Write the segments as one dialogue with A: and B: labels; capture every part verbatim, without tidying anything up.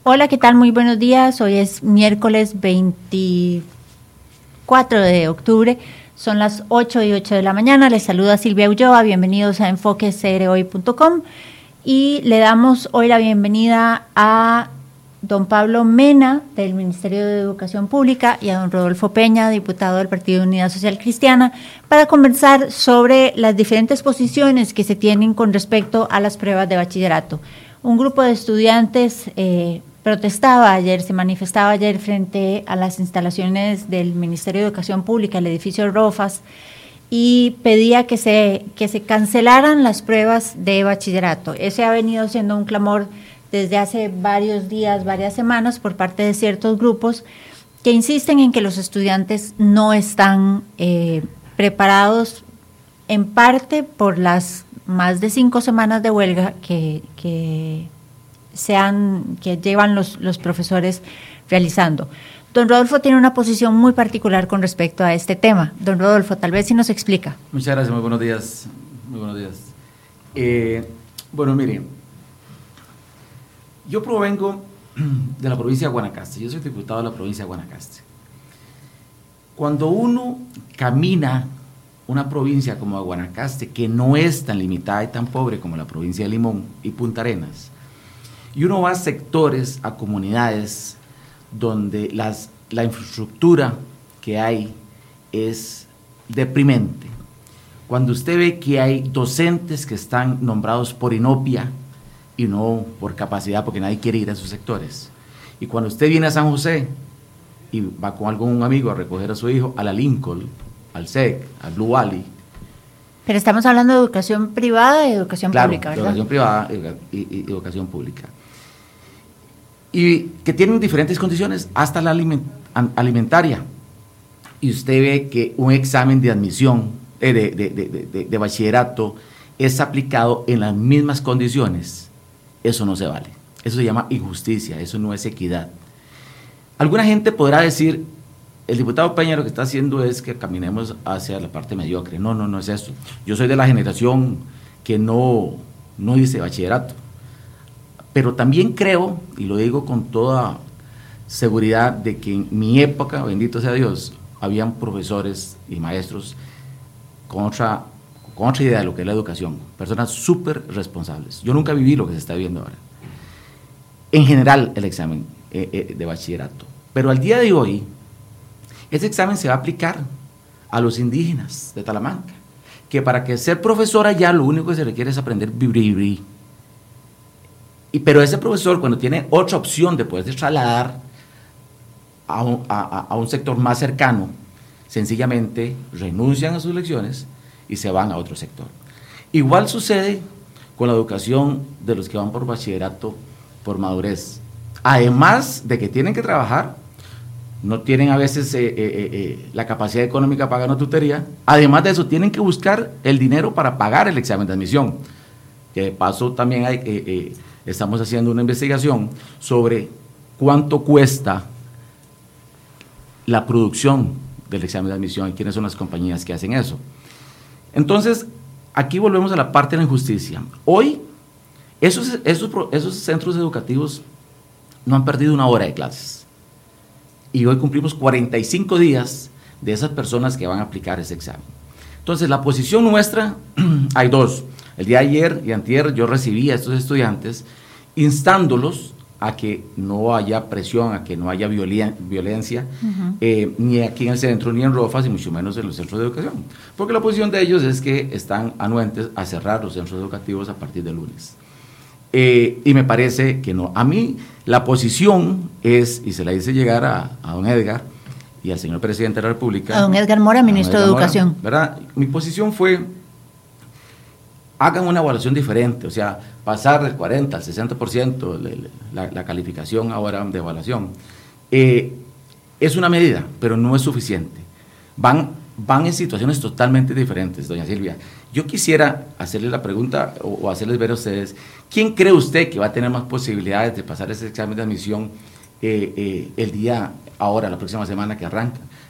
A: Hola, ¿qué tal? Muy buenos días. Hoy es miércoles veinticuatro de octubre. Son las ocho y ocho de la mañana. Les saluda Silvia Ulloa. Bienvenidos a enfoque c r hoy punto com. Y le damos hoy la bienvenida a don Pablo Mena, del Ministerio de Educación Pública, y a don Rodolfo Peña, diputado del Partido de Unidad Social Cristiana, para conversar sobre las diferentes posiciones que se tienen con respecto a las pruebas de bachillerato. Un grupo de estudiantes eh, protestaba ayer, se manifestaba ayer frente a las instalaciones del Ministerio de Educación Pública, el edificio Rofas, y pedía que se, que se cancelaran las pruebas de bachillerato. Ese ha venido siendo un clamor desde hace varios días, varias semanas, por parte de ciertos grupos que insisten en que los estudiantes no están eh, preparados, en parte por las más de cinco semanas de huelga que, que, sean, que llevan los, los profesores realizando. Don Rodolfo tiene una posición muy particular con respecto a este tema. Don Rodolfo, tal vez si nos explica.
B: Muchas gracias, muy buenos días. Muy buenos días. Eh, bueno, miren. Yo provengo de la provincia de Guanacaste, yo soy diputado de la provincia de Guanacaste. Cuando uno camina una provincia como Guanacaste, que no es tan limitada y tan pobre como la provincia de Limón y Punta Arenas, y uno va a sectores, a comunidades, donde las, la infraestructura que hay es deprimente. Cuando usted ve que hay docentes que están nombrados por inopia, y no por capacidad, porque nadie quiere ir a esos sectores. Y cuando usted viene a San José y va con algún amigo a recoger a su hijo, a la Lincoln, al S E C, al Blue Valley.
A: Pero estamos hablando de educación privada y educación
B: claro,
A: pública, ¿verdad?
B: Educación privada y, y, y educación pública. Y que tienen diferentes condiciones, hasta la aliment, alimentaria. Y usted ve que un examen de admisión, eh, de, de, de, de, de bachillerato, es aplicado en las mismas condiciones. Eso no se vale, eso se llama injusticia, eso no es equidad. Alguna gente podrá decir, el diputado Peña lo que está haciendo es que caminemos hacia la parte mediocre. No, no, no es eso. Yo soy de la generación que no, no hice bachillerato, pero también creo, y lo digo con toda seguridad, de que en mi época, bendito sea Dios, habían profesores y maestros con otra con otra idea de lo que es la educación, personas súper responsables. Yo nunca viví lo que se está viviendo ahora. En general, el examen eh, eh, de bachillerato. Pero al día de hoy, ese examen se va a aplicar a los indígenas de Talamanca, que para que ser profesor allá lo único que se requiere es aprender bibri. Y pero ese profesor, cuando tiene otra opción de poderse trasladar a un, a, a un sector más cercano, sencillamente renuncian a sus lecciones y se van a otro sector. Igual sucede con la educación de los que van por bachillerato por madurez. Además de que tienen que trabajar, no tienen a veces eh, eh, eh, la capacidad económica para pagar una tutoría, además de eso tienen que buscar el dinero para pagar el examen de admisión. Que de paso también hay, eh, eh, estamos haciendo una investigación sobre cuánto cuesta la producción del examen de admisión y quiénes son las compañías que hacen eso. Entonces, aquí volvemos a la parte de la injusticia. Hoy, esos, esos, esos centros educativos no han perdido una hora de clases. Y hoy cumplimos cuarenta y cinco días de esas personas que van a aplicar ese examen. Entonces, la posición nuestra, hay dos. El día de ayer y antier yo recibí a estos estudiantes instándolos a que no haya presión, a que no haya violen, violencia, uh-huh. eh, ni aquí en el centro, ni en Rofas, y mucho menos en los centros de educación. Porque la posición de ellos es que están anuentes a cerrar los centros educativos a partir de lunes. Eh, y me parece que no. A mí la posición es, y se la hice llegar a, a don Edgar y al señor presidente de la República.
A: A don Edgar Mora, ministro Edgar de Educación.
B: Mora, ¿verdad? Mi posición fue, hagan una evaluación diferente, o sea, pasar del cuarenta al sesenta por ciento la, la calificación ahora de evaluación. Eh, es una medida, pero no es suficiente. Van, van en situaciones totalmente diferentes, doña Silvia. Yo quisiera hacerle la pregunta o, o hacerles ver a ustedes, ¿quién cree usted que va a tener más posibilidades de pasar ese examen de admisión eh, eh, el día, ahora, la próxima semana que arranca?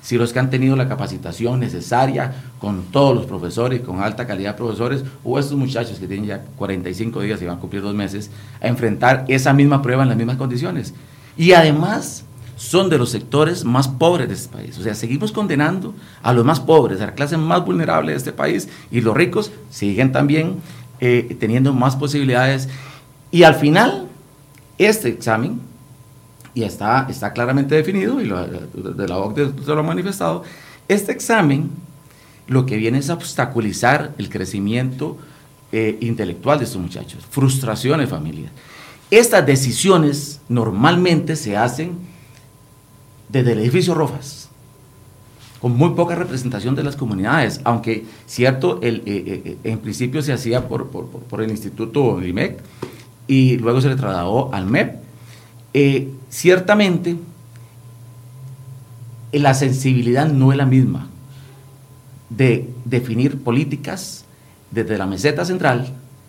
B: si los que han tenido la capacitación necesaria con todos los profesores, con alta calidad de profesores, o estos muchachos que tienen ya cuarenta y cinco días y van a cumplir dos meses, a enfrentar esa misma prueba en las mismas condiciones. Y además son de los sectores más pobres de este país. O sea, seguimos condenando a los más pobres, a la clase más vulnerable de este país, y los ricos siguen también eh, teniendo más posibilidades. Y al final, este examen, y está, está claramente definido, y lo, de la O C D E se lo ha manifestado, este examen lo que viene es a obstaculizar el crecimiento eh, intelectual de estos muchachos, frustraciones familiares. Estas decisiones normalmente se hacen desde el edificio Rojas, con muy poca representación de las comunidades, aunque cierto, el, eh, eh, en principio se hacía por, por, por el Instituto I M E C y luego se le trasladó al M E P. Eh, ciertamente, la sensibilidad no es la misma de definir políticas desde la meseta central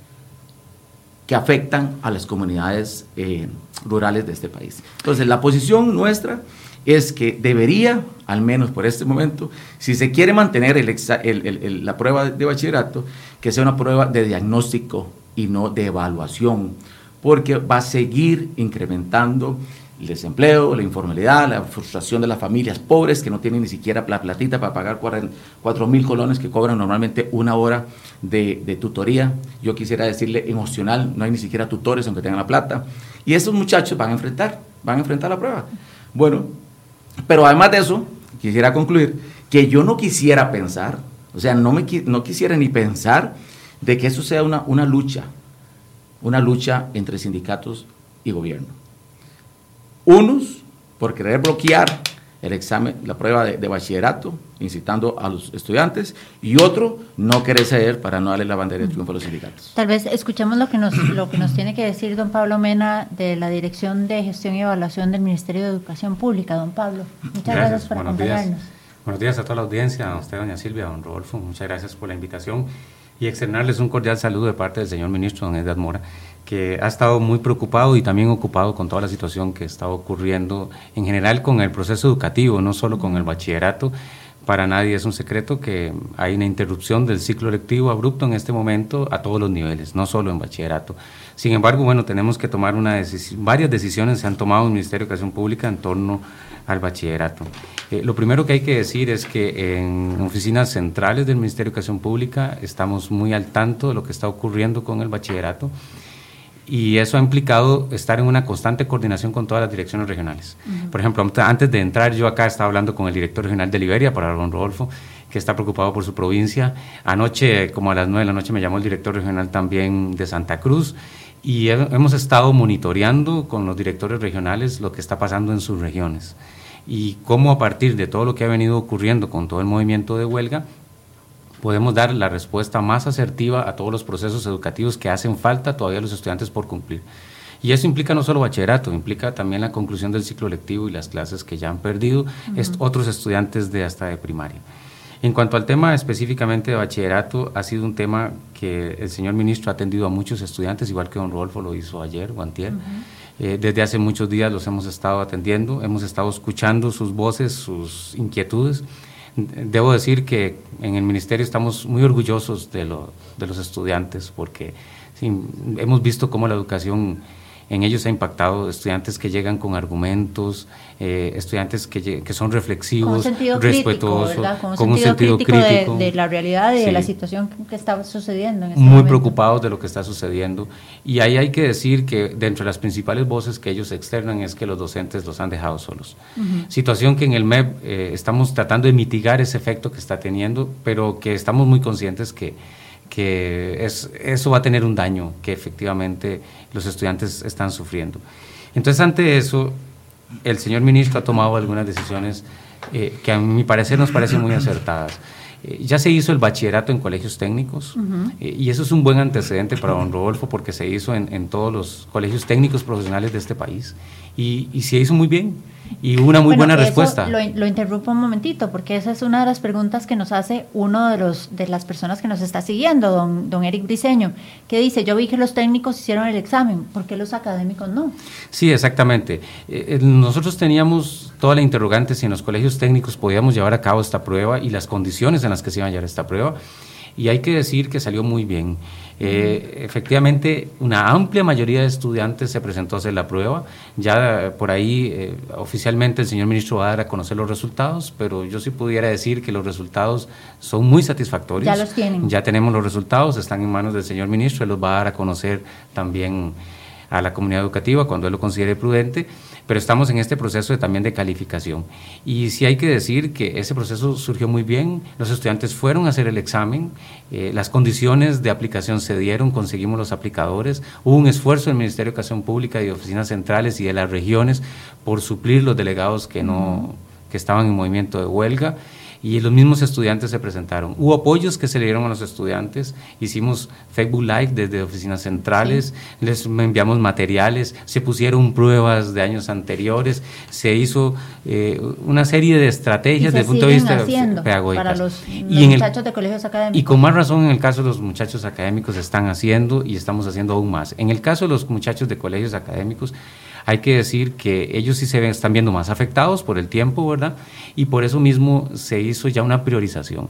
B: que afectan a las comunidades eh, rurales de este país. Entonces, la posición nuestra es que debería, al menos por este momento, si se quiere mantener el exa, el, el, el, la prueba de bachillerato, que sea una prueba de diagnóstico y no de evaluación, porque va a seguir incrementando el desempleo, la informalidad, la frustración de las familias pobres que no tienen ni siquiera la platita para pagar cuatro mil colones que cobran normalmente una hora de, de tutoría. Yo quisiera decirle emocional, no hay ni siquiera tutores aunque tengan la plata. Y esos muchachos van a enfrentar, van a enfrentar la prueba. Bueno, pero además de eso, quisiera concluir que yo no quisiera pensar, o sea, no, me, no quisiera ni pensar de que eso sea una, una lucha, una lucha entre sindicatos y gobierno. Unos por querer bloquear el examen, la prueba de, de bachillerato, incitando a los estudiantes, y otro no querer ceder para no darle la bandera de triunfo a los sindicatos.
A: Tal vez escuchemos lo que nos lo que nos tiene que decir don Pablo Mena de la Dirección de Gestión y Evaluación del Ministerio de Educación Pública. Don Pablo, muchas gracias, gracias por
C: buenos
A: acompañarnos.
C: Días. Buenos días a toda la audiencia, a usted, doña Silvia, a don Rodolfo, muchas gracias por la invitación y externarles un cordial saludo de parte del señor ministro, don Edgar Mora, que ha estado muy preocupado y también ocupado con toda la situación que está ocurriendo en general con el proceso educativo, no solo con el bachillerato. Para nadie es un secreto que hay una interrupción del ciclo lectivo abrupto en este momento a todos los niveles, no solo en bachillerato. Sin embargo, bueno, tenemos que tomar una decisión, varias decisiones se han tomado en el Ministerio de Educación Pública en torno al bachillerato. Eh, lo primero que hay que decir es que en oficinas centrales del Ministerio de Educación Pública estamos muy al tanto de lo que está ocurriendo con el bachillerato, y eso ha implicado estar en una constante coordinación con todas las direcciones regionales. Uh-huh. Por ejemplo, antes de entrar yo acá estaba hablando con el director regional de Liberia, para don Rodolfo, que está preocupado por su provincia. Anoche, como a las nueve de la noche, me llamó el director regional también de Santa Cruz, y he, hemos estado monitoreando con los directores regionales lo que está pasando en sus regiones, y cómo a partir de todo lo que ha venido ocurriendo con todo el movimiento de huelga, podemos dar la respuesta más asertiva a todos los procesos educativos que hacen falta todavía a los estudiantes por cumplir. Y eso implica no solo bachillerato, implica también la conclusión del ciclo lectivo y las clases que ya han perdido uh-huh. est- otros estudiantes de hasta de primaria. En cuanto al tema específicamente de bachillerato, ha sido un tema que el señor ministro ha atendido a muchos estudiantes, igual que don Rodolfo lo hizo ayer o antier. Uh-huh. Eh, desde hace muchos días los hemos estado atendiendo, hemos estado escuchando sus voces, sus inquietudes. Debo decir que en el ministerio estamos muy orgullosos de, lo, de los estudiantes, porque sí, hemos visto cómo la educación en ellos ha impactado, estudiantes que llegan con argumentos, eh, estudiantes que, que son reflexivos, respetuosos, con, con, con un sentido crítico, crítico
A: de, de la realidad y sí, de la situación que está sucediendo en este
C: muy
A: momento.
C: Preocupados de lo que está sucediendo, y ahí hay que decir que dentro de las principales voces que ellos externan es que los docentes los han dejado solos. Uh-huh. Situación que en el M E P eh, estamos tratando de mitigar ese efecto que está teniendo, pero que estamos muy conscientes que que es, eso va a tener un daño que efectivamente los estudiantes están sufriendo. Entonces, ante eso, el señor ministro ha tomado algunas decisiones eh, que a mi parecer nos parecen muy acertadas. Eh, ya se hizo el bachillerato en colegios técnicos, uh-huh. eh, y eso es un buen antecedente para don Rodolfo, porque se hizo en, en todos los colegios técnicos profesionales de este país, y, y se hizo muy bien. Y una muy
A: bueno,
C: buena respuesta.
A: Lo, lo interrumpo un momentito, porque esa es una de las preguntas que nos hace uno de los de las personas que nos está siguiendo, don, don Eric Briceño, que dice, yo vi que los técnicos hicieron el examen, ¿por qué los académicos no?
C: Sí, exactamente. Eh, nosotros teníamos toda la interrogante si en los colegios técnicos podíamos llevar a cabo esta prueba y las condiciones en las que se iba a llevar esta prueba, y hay que decir que salió muy bien. Eh, efectivamente, una amplia mayoría de estudiantes se presentó a hacer la prueba. Ya eh, por ahí eh, oficialmente el señor ministro va a dar a conocer los resultados, pero yo sí pudiera decir que los resultados son muy satisfactorios.
A: Ya los tienen.
C: Ya tenemos los resultados, están en manos del señor ministro, él los va a dar a conocer también a la comunidad educativa cuando él lo considere prudente, pero estamos en este proceso de, también de calificación. Y sí hay que decir que ese proceso surgió muy bien, los estudiantes fueron a hacer el examen, eh, las condiciones de aplicación se dieron, conseguimos los aplicadores, hubo un esfuerzo del Ministerio de Educación Pública y de oficinas centrales y de las regiones por suplir los delegados que, no, que estaban en movimiento de huelga, y los mismos estudiantes se presentaron. Hubo apoyos que se le dieron a los estudiantes, hicimos Facebook Live desde oficinas centrales, sí. Les enviamos materiales, se pusieron pruebas de años anteriores, se hizo eh, una serie de estrategias desde el punto de vista pedagógico.
A: Para los, los
C: y
A: muchachos
C: el,
A: de colegios académicos.
C: Y con más razón en el caso de los muchachos académicos están haciendo y estamos haciendo aún más. En el caso de los muchachos de colegios académicos, hay que decir que ellos sí se ven, están viendo más afectados por el tiempo, ¿verdad? Y por eso mismo se hizo ya una priorización.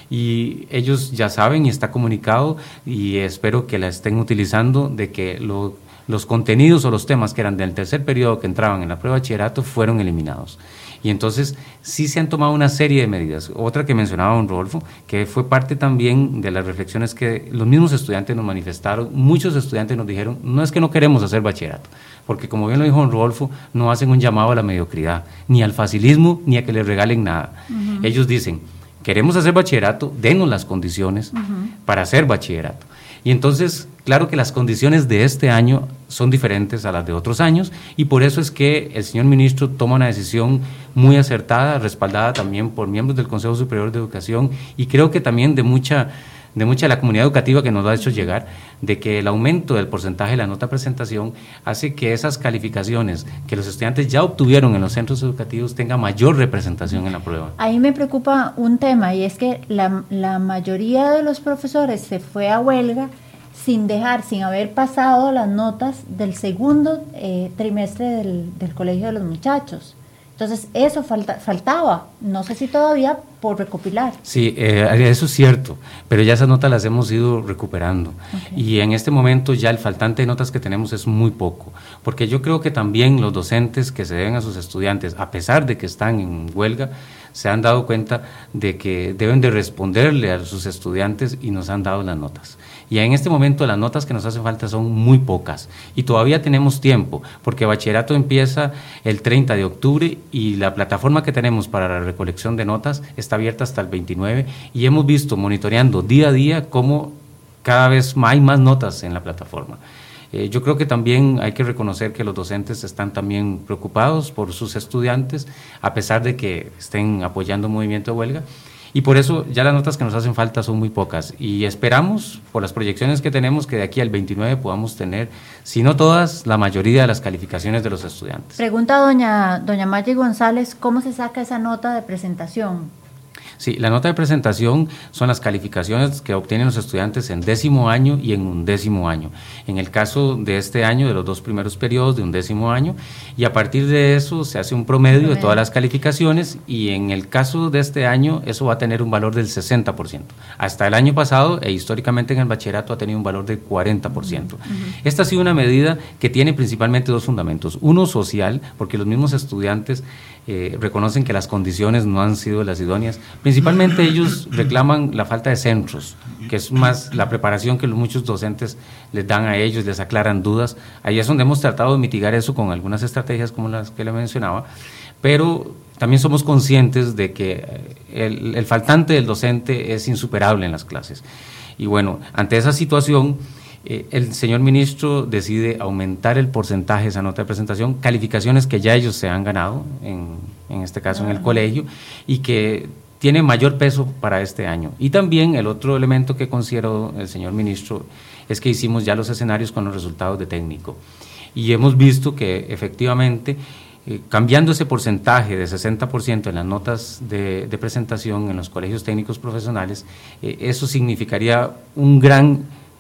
C: Y ellos ya saben y está comunicado, y espero que la estén utilizando, de que lo, los contenidos o los temas que eran del tercer periodo que entraban en la prueba de bachillerato fueron eliminados. Y entonces sí se han tomado una serie de medidas. Otra que mencionaba don Rodolfo, que fue parte también de las reflexiones que los mismos estudiantes nos manifestaron. Muchos estudiantes nos dijeron, no es que no queremos hacer bachillerato, porque como bien lo dijo don Rodolfo, no hacen un llamado a la mediocridad, ni al facilismo, ni a que les regalen nada. Uh-huh. Ellos dicen, queremos hacer bachillerato, denos las condiciones uh-huh. para hacer bachillerato. Y entonces, claro que las condiciones de este año son diferentes a las de otros años, y por eso es que el señor ministro toma una decisión muy acertada, respaldada también por miembros del Consejo Superior de Educación, y creo que también de mucha, de mucha de la comunidad educativa que nos lo ha hecho llegar, de que el aumento del porcentaje de la nota de presentación hace que esas calificaciones que los estudiantes ya obtuvieron en los centros educativos tengan mayor representación en la prueba.
A: Ahí me preocupa un tema, y es que la, la mayoría de los profesores se fue a huelga sin dejar, sin haber pasado las notas del segundo eh, trimestre del, del colegio de los muchachos. Entonces, eso falta, faltaba, no sé si todavía, por recopilar.
C: Sí, eh, eso es cierto, pero ya esas notas las hemos ido recuperando. Okay. Y en este momento ya el faltante de notas que tenemos es muy poco, porque yo creo que también los docentes que se deben a sus estudiantes, a pesar de que están en huelga, se han dado cuenta de que deben de responderle a sus estudiantes y nos han dado las notas. Y en este momento las notas que nos hacen falta son muy pocas y todavía tenemos tiempo, porque bachillerato empieza el treinta de octubre y la plataforma que tenemos para la recolección de notas está abierta hasta el veintinueve, y hemos visto monitoreando día a día cómo cada vez hay más notas en la plataforma. Eh, yo creo que también hay que reconocer que los docentes están también preocupados por sus estudiantes, a pesar de que estén apoyando un movimiento de huelga. Y por eso ya las notas que nos hacen falta son muy pocas, y esperamos, por las proyecciones que tenemos, que de aquí al veintinueve podamos tener, si no todas, la mayoría de las calificaciones de los estudiantes.
A: Pregunta doña, doña Maggie González, ¿cómo se saca esa nota de presentación?
C: Sí, la nota de presentación son las calificaciones que obtienen los estudiantes en décimo año y en undécimo año. En el caso de este año, de los dos primeros periodos de undécimo año, y a partir de eso se hace un promedio, promedio de todas las calificaciones, y en el caso de este año eso va a tener un valor del sesenta por ciento. Hasta el año pasado, e históricamente en el bachillerato, ha tenido un valor del cuarenta por ciento. Uh-huh. Esta ha sido una medida que tiene principalmente dos fundamentos. Uno, social, porque los mismos estudiantes eh, reconocen que las condiciones no han sido las idóneas. Principalmente ellos reclaman la falta de centros, que es más la preparación que los muchos docentes les dan a ellos, les aclaran dudas. Ahí es donde hemos tratado de mitigar eso con algunas estrategias como las que le mencionaba, pero también somos conscientes de que el, el faltante del docente es insuperable en las clases. Y bueno, ante esa situación, eh, el señor ministro decide aumentar el porcentaje de esa nota de presentación, calificaciones que ya ellos se han ganado, en, en este caso en el colegio, y que tiene mayor peso para este año. Y también el otro elemento que consideró el señor ministro es que hicimos ya los escenarios con los resultados de técnico, y hemos visto que efectivamente eh, cambiando ese porcentaje de sesenta por ciento en las notas de, de presentación en los colegios técnicos profesionales, eh, eso significaría un gran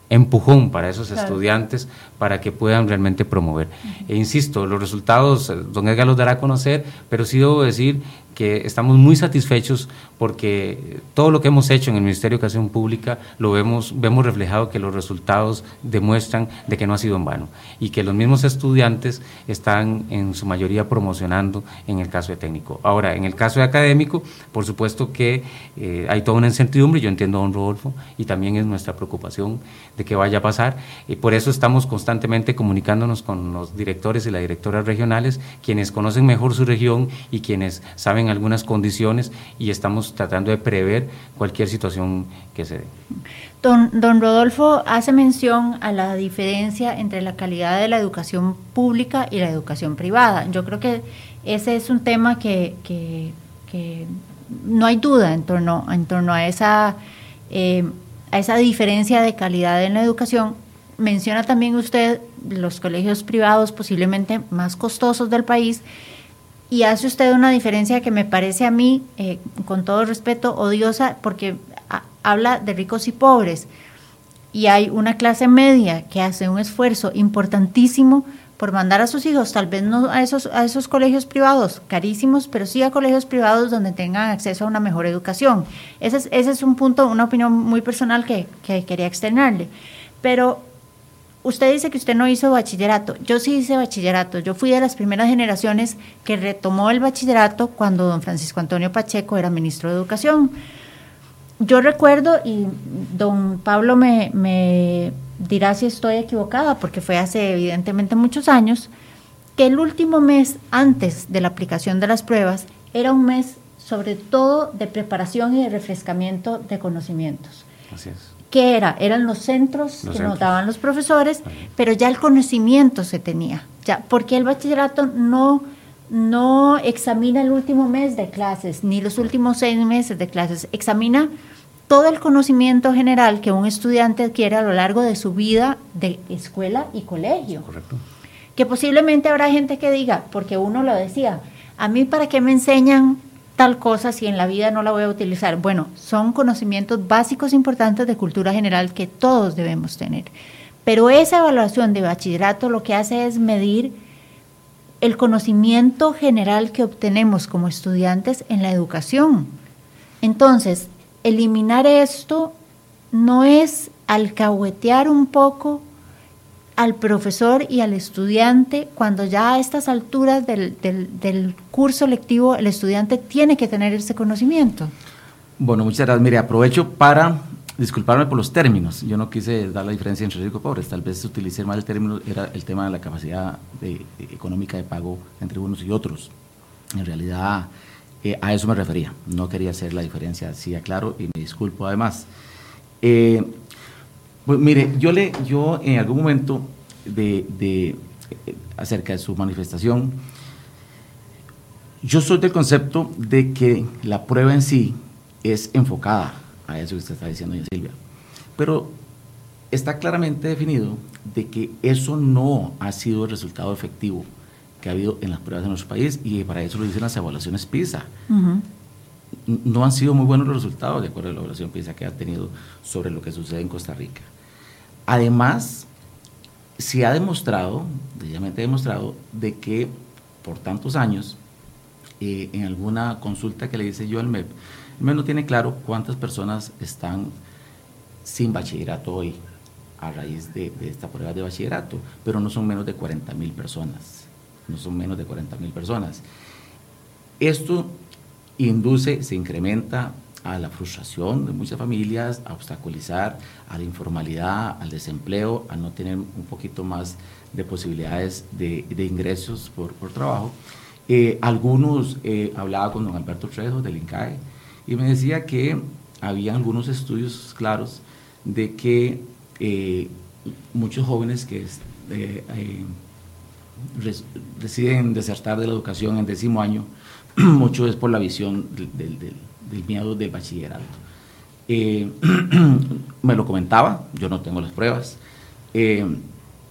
C: empujón para esos
A: claro.
C: estudiantes para que puedan realmente promover. Uh-huh. E insisto, los resultados, don Edgar los dará a conocer, pero sí debo decir que estamos muy satisfechos porque todo lo que hemos hecho en el Ministerio de Educación Pública lo vemos, vemos reflejado que los resultados demuestran de que no ha sido en vano y que los mismos estudiantes están en su mayoría promocionando en el caso de técnico. Ahora, en el caso de académico, por supuesto que eh, hay toda una incertidumbre, yo entiendo a don Rodolfo, y también es nuestra preocupación de que vaya a pasar, y por eso estamos constantemente comunicándonos con los directores y las directoras regionales, quienes conocen mejor su región y quienes saben algunas condiciones, y estamos tratando de prever cualquier situación que se dé.
A: Don, don Rodolfo hace mención a la diferencia entre la calidad de la educación pública y la educación privada. Yo creo que ese es un tema que, que, que no hay duda en torno, en torno a esa, eh, a esa diferencia de calidad en la educación. Menciona también usted los colegios privados posiblemente más costosos del país, y hace usted una diferencia que me parece a mí, eh, con todo respeto, odiosa, porque a, habla de ricos y pobres, y hay una clase media que hace un esfuerzo importantísimo por mandar a sus hijos, tal vez no a esos, a esos colegios privados carísimos, pero sí a colegios privados donde tengan acceso a una mejor educación. Ese es, ese es un punto, una opinión muy personal que, que quería externarle. Pero usted dice que usted no hizo bachillerato. Yo sí hice bachillerato. Yo fui de las primeras generaciones que retomó el bachillerato cuando don Francisco Antonio Pacheco era ministro de Educación. Yo recuerdo, y don Pablo me, me dirá si estoy equivocada, porque fue hace evidentemente muchos años, que el último mes antes de la aplicación de las pruebas era un mes sobre todo de preparación y de refrescamiento de conocimientos.
C: Así es.
A: ¿Qué era? Eran los centros los que centros. nos daban los profesores, uh-huh. pero ya el conocimiento se tenía, ya, porque el bachillerato no, no examina el último mes de clases, ni los últimos seis meses de clases, examina todo el conocimiento general que un estudiante adquiere a lo largo de su vida de escuela y colegio.
C: Correcto.
A: Que posiblemente habrá gente que diga, porque uno lo decía, a mí para qué me enseñan tal cosa si en la vida no la voy a utilizar. Bueno, son conocimientos básicos importantes de cultura general que todos debemos tener. Pero esa evaluación de bachillerato lo que hace es medir el conocimiento general que obtenemos como estudiantes en la educación. Entonces, eliminar esto no es alcahuetear un poco al profesor y al estudiante, cuando ya a estas alturas del, del, del curso lectivo el estudiante tiene que tener ese conocimiento.
B: Bueno, muchas gracias. Mire, aprovecho para disculparme por los términos. Yo no quise dar la diferencia entre ricos y pobres, tal vez utilicé mal el término, era el tema de la capacidad de, de, económica de pago entre unos y otros. En realidad, eh, a eso me refería. No quería hacer la diferencia, sí, aclaro, y me disculpo además. Eh, Pues mire, yo le, yo en algún momento de, de eh, acerca de su manifestación, yo soy del concepto de que la prueba en sí es enfocada a eso que usted está diciendo, doña Silvia, pero está claramente definido de que eso no ha sido el resultado efectivo que ha habido en las pruebas de nuestro país, y para eso lo dicen las evaluaciones PISA. Uh-huh. No han sido muy buenos los resultados de acuerdo a la evaluación PISA que ha tenido sobre lo que sucede en Costa Rica. Además, se ha demostrado, precisamente demostrado, de que por tantos años, eh, en alguna consulta que le hice yo al M E P, el M E P no tiene claro cuántas personas están sin bachillerato hoy a raíz de, de esta prueba de bachillerato, pero no son menos de cuarenta mil personas, no son menos de cuarenta mil personas. Esto induce, se incrementa a la frustración de muchas familias, a obstaculizar a la informalidad, al desempleo, a no tener un poquito más de posibilidades de, de ingresos por, por trabajo. Eh, algunos, eh, hablaba con don Alberto Trejo del INCAE y me decía que había algunos estudios claros de que eh, muchos jóvenes que eh, eh, res, deciden desertar de la educación en décimo año, mucho es por la visión del, del, del del miedo del bachillerato. Eh, me lo comentaba, yo no tengo las pruebas, eh,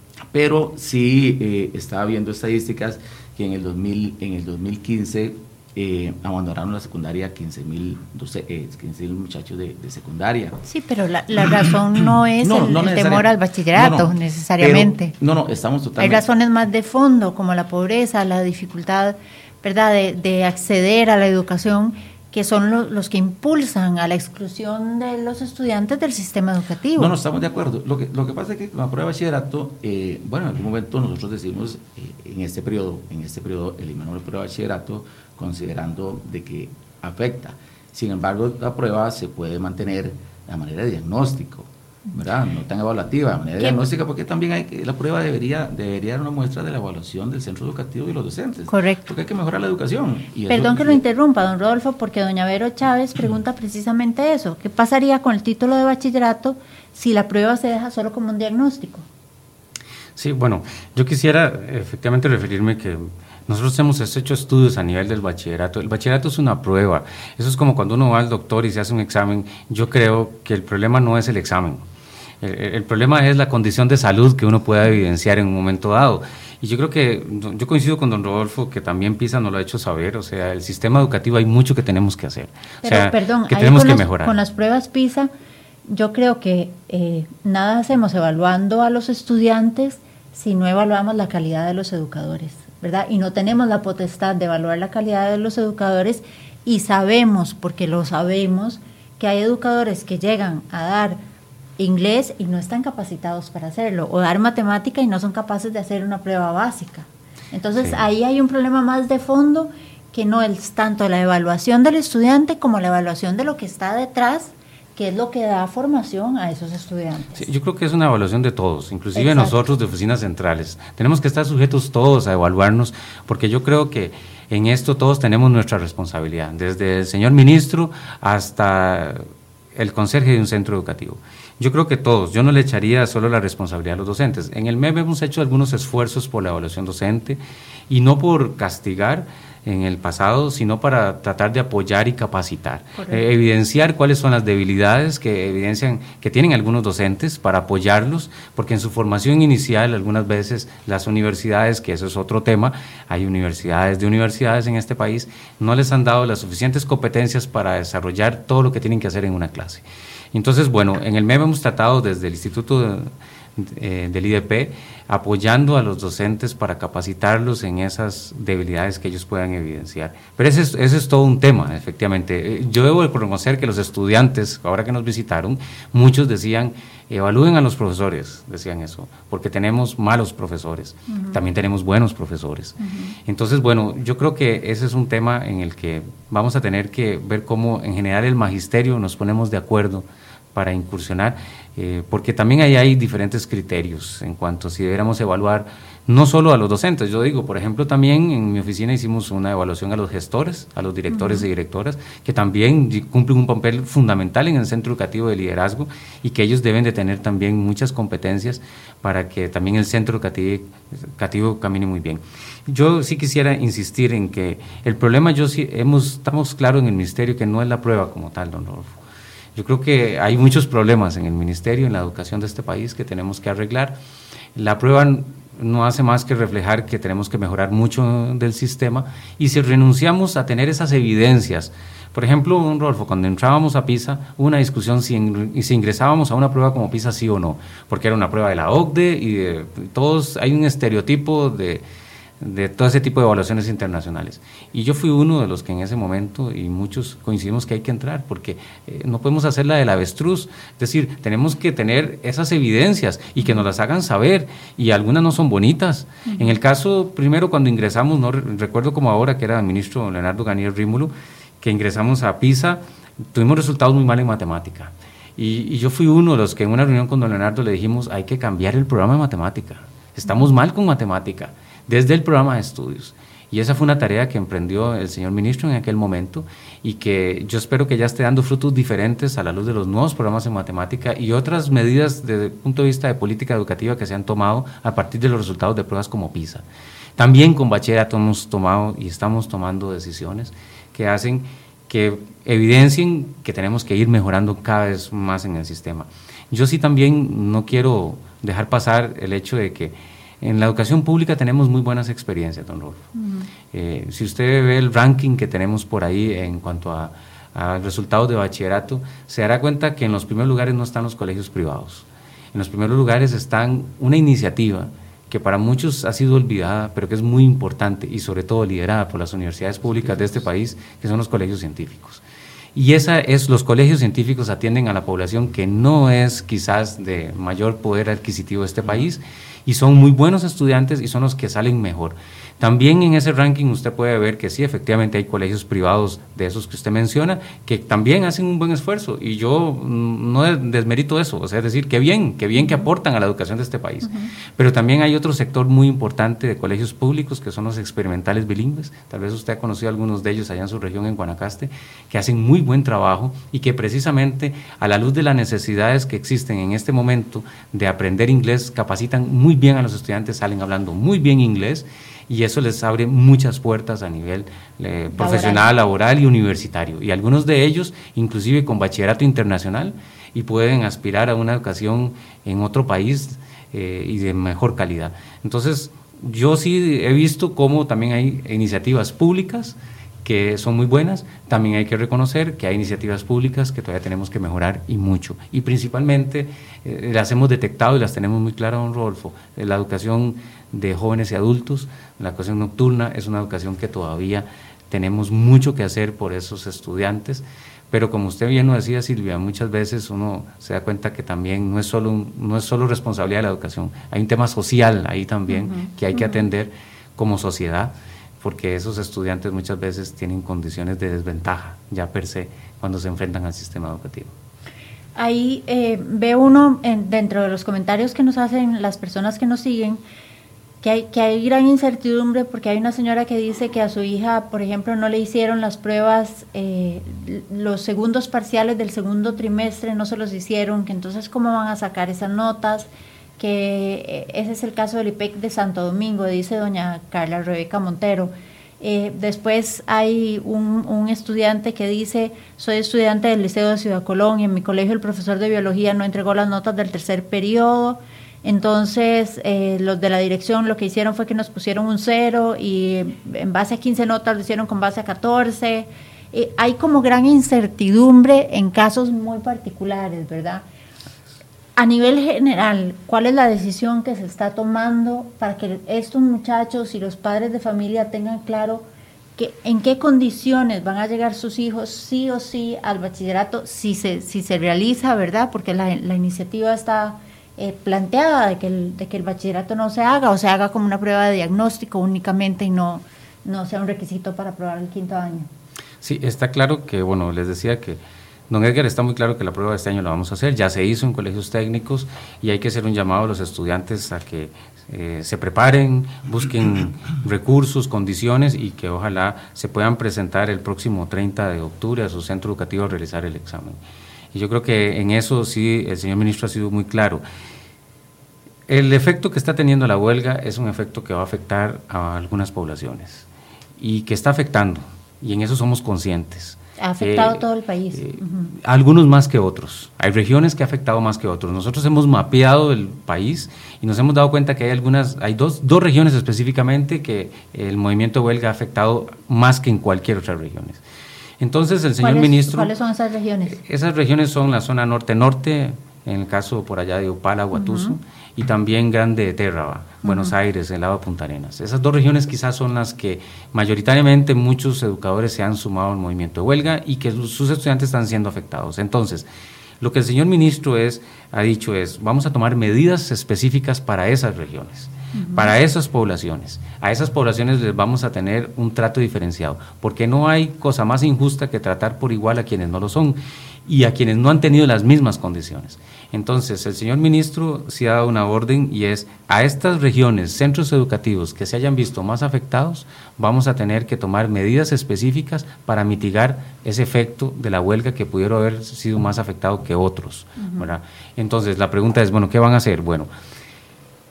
B: pero sí eh, estaba viendo estadísticas que en el, dos mil, en el dos mil quince eh, abandonaron la secundaria quince mil eh, muchachos de, de secundaria.
A: Sí, pero la, la razón no es
B: no,
A: el,
B: no
A: el temor al bachillerato, no, no, necesariamente.
B: Pero, no, no, estamos totalmente...
A: Hay razones más de fondo, como la pobreza, la dificultad, ¿verdad?, de, de acceder a la educación, que son lo, los que impulsan a la exclusión de los estudiantes del sistema educativo.
B: No, no, estamos de acuerdo. Lo que, lo que pasa es que con la prueba de bachillerato, eh, bueno, en algún momento nosotros decimos, eh, en este periodo, en este periodo eliminamos la prueba de bachillerato, considerando de que afecta. Sin embargo, la prueba se puede mantener de manera de diagnóstico, ¿verdad? No tan evaluativa, de manera diagnóstica, porque también hay que, la prueba debería, debería dar una muestra de la evaluación del centro educativo y los docentes.
A: Correcto.
B: Porque hay que mejorar la educación. Y
A: Perdón
B: eso,
A: que lo interrumpa, don Rodolfo, porque doña Vero Chávez pregunta precisamente eso. ¿Qué pasaría con el título de bachillerato si la prueba se deja solo como un diagnóstico?
C: Sí, bueno, yo quisiera efectivamente referirme que nosotros hemos hecho estudios a nivel del bachillerato. El bachillerato es una prueba. Eso es como cuando uno va al doctor y se hace un examen. Yo creo que el problema no es el examen. El, el problema es la condición de salud que uno pueda evidenciar en un momento dado. Y yo creo que, yo coincido con don Rodolfo, que también PISA nos lo ha hecho saber, o sea, el sistema educativo hay mucho que tenemos que hacer,
A: Pero,
C: o sea,
A: perdón,
C: que tenemos que
A: las,
C: mejorar.
A: Con las pruebas PISA, yo creo que eh, nada hacemos evaluando a los estudiantes si no evaluamos la calidad de los educadores, ¿verdad? Y no tenemos la potestad de evaluar la calidad de los educadores, y sabemos, porque lo sabemos, que hay educadores que llegan a dar inglés y no están capacitados para hacerlo, o dar matemática y no son capaces de hacer una prueba básica. Entonces, sí, ahí hay un problema más de fondo, que no es tanto la evaluación del estudiante como la evaluación de lo que está detrás, que es lo que da formación a esos estudiantes.
C: Sí, yo creo que es una evaluación de todos, inclusive
A: Exacto.
C: Nosotros de oficinas centrales. Tenemos que estar sujetos todos a evaluarnos, porque yo creo que en esto todos tenemos nuestra responsabilidad, desde el señor ministro hasta el conserje de un centro educativo. Yo creo que todos, yo no le echaría solo la responsabilidad a los docentes. En el M E M hemos hecho algunos esfuerzos por la evaluación docente, y no por castigar en el pasado, sino para tratar de apoyar y capacitar, eh, evidenciar cuáles son las debilidades que evidencian, que tienen algunos docentes, para apoyarlos, porque en su formación inicial algunas veces las universidades, que eso es otro tema, hay universidades de universidades en este país, no les han dado las suficientes competencias para desarrollar todo lo que tienen que hacer en una clase. Entonces, bueno, en el M E M hemos tratado desde el Instituto de, eh, del I D P, apoyando a los docentes para capacitarlos en esas debilidades que ellos puedan evidenciar. Pero ese es, ese es todo un tema, efectivamente. Yo debo reconocer que los estudiantes, ahora que nos visitaron, muchos decían, evalúen a los profesores, decían eso, porque tenemos malos profesores, uh-huh. También tenemos buenos profesores. Uh-huh. Entonces, bueno, yo creo que ese es un tema en el que vamos a tener que ver cómo en general el magisterio nos ponemos de acuerdo para incursionar, eh, porque también ahí hay diferentes criterios en cuanto a si deberíamos evaluar no solo a los docentes. Yo digo, por ejemplo, también en mi oficina hicimos una evaluación a los gestores, a los directores uh-huh. y directoras, que también cumplen un papel fundamental en el centro educativo de liderazgo, y que ellos deben de tener también muchas competencias para que también el centro educativo, educativo camine muy bien. Yo sí quisiera insistir en que el problema, yo sí, hemos, estamos claros en el ministerio que no es la prueba como tal, don Rodolfo. Yo creo que hay muchos problemas en el ministerio, en la educación de este país, que tenemos que arreglar. La prueba no hace más que reflejar que tenemos que mejorar mucho del sistema, y si renunciamos a tener esas evidencias, por ejemplo, don Rodolfo, cuando entrábamos a PISA, hubo una discusión si, in, si ingresábamos a una prueba como PISA sí o no, porque era una prueba de la O C D E y de todos, hay un estereotipo de... de todo ese tipo de evaluaciones internacionales, y yo fui uno de los que en ese momento, y muchos coincidimos que hay que entrar, porque eh, no podemos hacer la del avestruz, es decir, tenemos que tener esas evidencias y que nos las hagan saber, y algunas no son bonitas. Uh-huh. En el caso, primero cuando ingresamos, no recuerdo como ahora, que era el ministro Leonardo Ganier Rímulo, que ingresamos a PISA, tuvimos resultados muy mal en matemática, y, y yo fui uno de los que en una reunión con don Leonardo le dijimos, hay que cambiar el programa de matemática, estamos mal con matemática, desde el programa de estudios. Y esa fue una tarea que emprendió el señor ministro en aquel momento, y que yo espero que ya esté dando frutos diferentes a la luz de los nuevos programas en matemática y otras medidas desde el punto de vista de política educativa que se han tomado a partir de los resultados de pruebas como PISA. También con bachillerato hemos tomado y estamos tomando decisiones que hacen que evidencien que tenemos que ir mejorando cada vez más en el sistema. Yo sí también no quiero dejar pasar el hecho de que En la educación pública tenemos muy buenas experiencias, don Rolfo. Uh-huh. Eh, si usted ve el ranking que tenemos por ahí en cuanto a, a resultados de bachillerato, se dará cuenta que en los primeros lugares no están los colegios privados. En los primeros lugares están una iniciativa que para muchos ha sido olvidada, pero que es muy importante y sobre todo liderada por las universidades públicas de este país, que son los colegios científicos. Y esa es, los colegios científicos atienden a la población que no es quizás de mayor poder adquisitivo de este país, y son muy buenos estudiantes y son los que salen mejor. También en ese ranking usted puede ver que sí, efectivamente hay colegios privados de esos que usted menciona, que también hacen un buen esfuerzo, y yo no desmerito eso, o sea, es decir, qué bien, qué bien que aportan a la educación de este país. Uh-huh. Pero también hay otro sector muy importante de colegios públicos, que son los experimentales bilingües, tal vez usted ha conocido algunos de ellos allá en su región, en Guanacaste, que hacen muy buen trabajo y que precisamente a la luz de las necesidades que existen en este momento de aprender inglés, capacitan muy bien a los estudiantes, salen hablando muy bien inglés, y eso les abre muchas puertas a nivel eh, profesional, laboral y universitario, y algunos de ellos inclusive con bachillerato internacional, y pueden aspirar a una educación en otro país eh, y de mejor calidad. Entonces yo sí he visto cómo también hay iniciativas públicas que son muy buenas. También hay que reconocer que hay iniciativas públicas que todavía tenemos que mejorar, y mucho, y principalmente eh, las hemos detectado y las tenemos muy claras, don Rodolfo. La educación de jóvenes y adultos, la educación nocturna, es una educación que todavía tenemos mucho que hacer por esos estudiantes, pero como usted bien lo decía, Silvia, muchas veces uno se da cuenta que también no es solo, un, no es solo responsabilidad de la educación, hay un tema social ahí también, uh-huh, que hay que atender como sociedad, porque esos estudiantes muchas veces tienen condiciones de desventaja ya per se cuando se enfrentan al sistema educativo.
A: Ahí eh, ve uno en, dentro de los comentarios que nos hacen las personas que nos siguen, que hay, que hay gran incertidumbre, porque hay una señora que dice que a su hija, por ejemplo, no le hicieron las pruebas, eh, los segundos parciales del segundo trimestre no se los hicieron, que entonces cómo van a sacar esas notas, que eh, ese es el caso del I P E C de Santo Domingo, dice doña Carla Rebeca Montero. Eh, después hay un, un estudiante que dice: soy estudiante del Liceo de Ciudad Colón y en mi colegio el profesor de biología no entregó las notas del tercer periodo, entonces eh, los de la dirección lo que hicieron fue que nos pusieron un cero y en base a quince notas lo hicieron con base a catorce. Eh, hay como gran incertidumbre en casos muy particulares, ¿verdad? A nivel general, ¿cuál es la decisión que se está tomando para que estos muchachos y los padres de familia tengan claro que en qué condiciones van a llegar sus hijos sí o sí al bachillerato, si se, si se realiza, ¿verdad? Porque la, la iniciativa está eh, planteada de que, el, de que el bachillerato no se haga, o se haga como una prueba de diagnóstico únicamente y no, no sea un requisito para aprobar el quinto año.
C: Sí, está claro que, bueno, les decía que don Edgar, está muy claro que la prueba de este año la vamos a hacer, ya se hizo en colegios técnicos, y hay que hacer un llamado a los estudiantes a que eh, se preparen, busquen recursos, condiciones, y que ojalá se puedan presentar el próximo treinta de octubre a su centro educativo a realizar el examen. Y yo creo que en eso sí el señor ministro ha sido muy claro. El efecto que está teniendo la huelga es un efecto que va a afectar a algunas poblaciones, y que está afectando, y en eso somos conscientes.
A: Ha afectado
C: eh,
A: todo el país.
C: Eh,
A: uh-huh.
C: Algunos más que otros. Hay regiones que ha afectado más que otros. Nosotros hemos mapeado el país y nos hemos dado cuenta que hay algunas, hay dos, dos regiones específicamente que el movimiento de huelga ha afectado más que en cualquier otra regiones. Entonces el señor
A: ¿Cuáles,
C: ministro...
A: ¿Cuáles son esas regiones?
C: Esas regiones son la zona norte-norte, en el caso por allá de Upala, Guatuso, uh-huh, y también Grande de Térraba, Buenos uh-huh. Aires, el lado de Punta Arenas. Esas dos regiones quizás son las que mayoritariamente muchos educadores se han sumado al movimiento de huelga y que sus estudiantes están siendo afectados. Entonces, lo que el señor ministro es, ha dicho es, vamos a tomar medidas específicas para esas regiones, uh-huh, para esas poblaciones. A esas poblaciones les vamos a tener un trato diferenciado, porque no hay cosa más injusta que tratar por igual a quienes no lo son y a quienes no han tenido las mismas condiciones. Entonces, el señor ministro sí ha dado una orden, y es a estas regiones, centros educativos que se hayan visto más afectados, vamos a tener que tomar medidas específicas para mitigar ese efecto de la huelga que pudieron haber sido más afectado que otros, uh-huh. ¿verdad? Entonces, la pregunta es, bueno, ¿qué van a hacer? Bueno,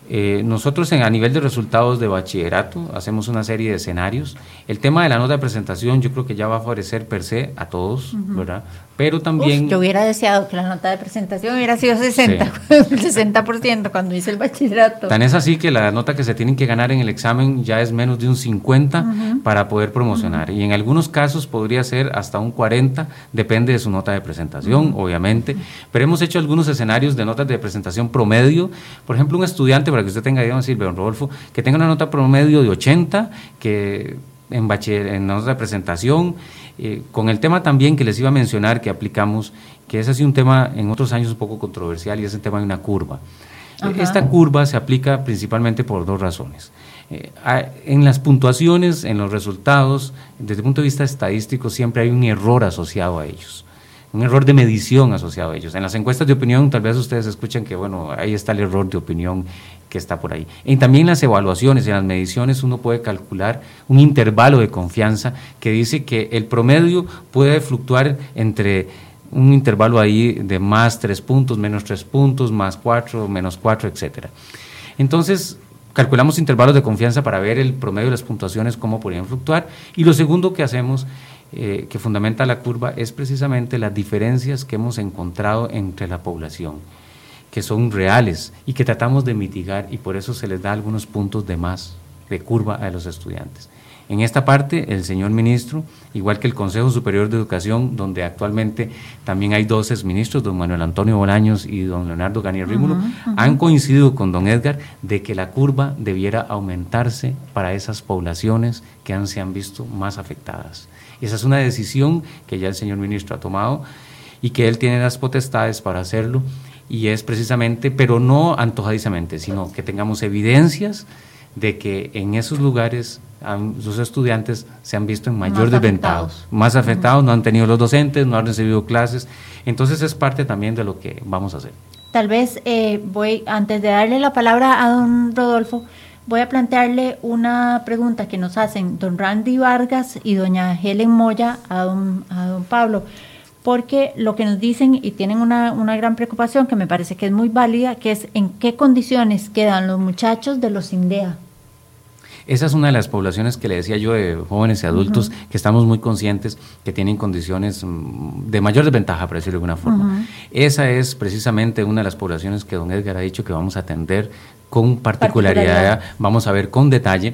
C: Eh, nosotros en, a nivel de resultados de bachillerato hacemos una serie de escenarios. El tema de la nota de presentación yo creo que ya va a favorecer per se a todos, uh-huh. ¿verdad? Pero también...
A: Uf, yo hubiera deseado que la nota de presentación hubiera sido sesenta, sí. sesenta por ciento cuando hice el bachillerato.
C: Tan es así que la nota que se tienen que ganar en el examen ya es menos de un cincuenta uh-huh. para poder promocionar. Uh-huh. Y en algunos casos podría ser hasta un cuarenta, depende de su nota de presentación, uh-huh. obviamente. Uh-huh. Pero hemos hecho algunos escenarios de notas de presentación promedio. Por ejemplo, un estudiante, para que usted tenga idea, don Silvia, don Rodolfo, que tenga una nota promedio de ochenta, que en, bachiller, en nota de presentación, eh, con el tema también que les iba a mencionar que aplicamos, que es así un tema en otros años un poco controversial, y es el tema de una curva. Ajá. Esta curva se aplica principalmente por dos razones. Eh, en las puntuaciones, en los resultados, desde el punto de vista estadístico, siempre hay un error asociado a ellos. Un error de medición asociado a ellos. En las encuestas de opinión, tal vez ustedes escuchan que, bueno, ahí está el error de opinión que está por ahí. Y también en las evaluaciones, en las mediciones, uno puede calcular un intervalo de confianza que dice que el promedio puede fluctuar entre un intervalo ahí de más tres puntos, menos tres puntos, más cuatro, menos cuatro, etcétera. Entonces, calculamos intervalos de confianza para ver el promedio de las puntuaciones, cómo podrían fluctuar. Y lo segundo que hacemos, eh, que fundamenta la curva, es precisamente las diferencias que hemos encontrado entre la población, que son reales y que tratamos de mitigar, y por eso se les da algunos puntos de más de curva a los estudiantes. En esta parte, el señor ministro, igual que el Consejo Superior de Educación, donde actualmente también hay dos exministros, don Manuel Antonio Bolaños y don Leonardo Garnier Rímulo, uh-huh, uh-huh. han coincidido con don Edgar de que la curva debiera aumentarse para esas poblaciones que han, se han visto más afectadas. Esa es una decisión que ya el señor ministro ha tomado y que él tiene las potestades para hacerlo, y es precisamente, pero no antojadizamente, sino que tengamos evidencias de que en esos lugares han, sus estudiantes se han visto en mayor desventaja, más afectados, uh-huh. no han tenido los docentes, no han recibido clases. Entonces es parte también de lo que vamos a hacer.
A: Tal vez eh, voy, antes de darle la palabra a don Rodolfo, voy a plantearle una pregunta que nos hacen don Randy Vargas y doña Helen Moya a don, a don Pablo, porque lo que nos dicen y tienen una, una gran preocupación que me parece que es muy válida, que es en qué condiciones quedan los muchachos de los INDEA.
C: Esa es una de las poblaciones que le decía yo, de jóvenes y adultos, uh-huh. que estamos muy conscientes que tienen condiciones de mayor desventaja, por decirlo de alguna forma. Uh-huh. Esa es precisamente una de las poblaciones que don Edgar ha dicho que vamos a atender con particularidad, particularidad. Vamos a ver con detalle.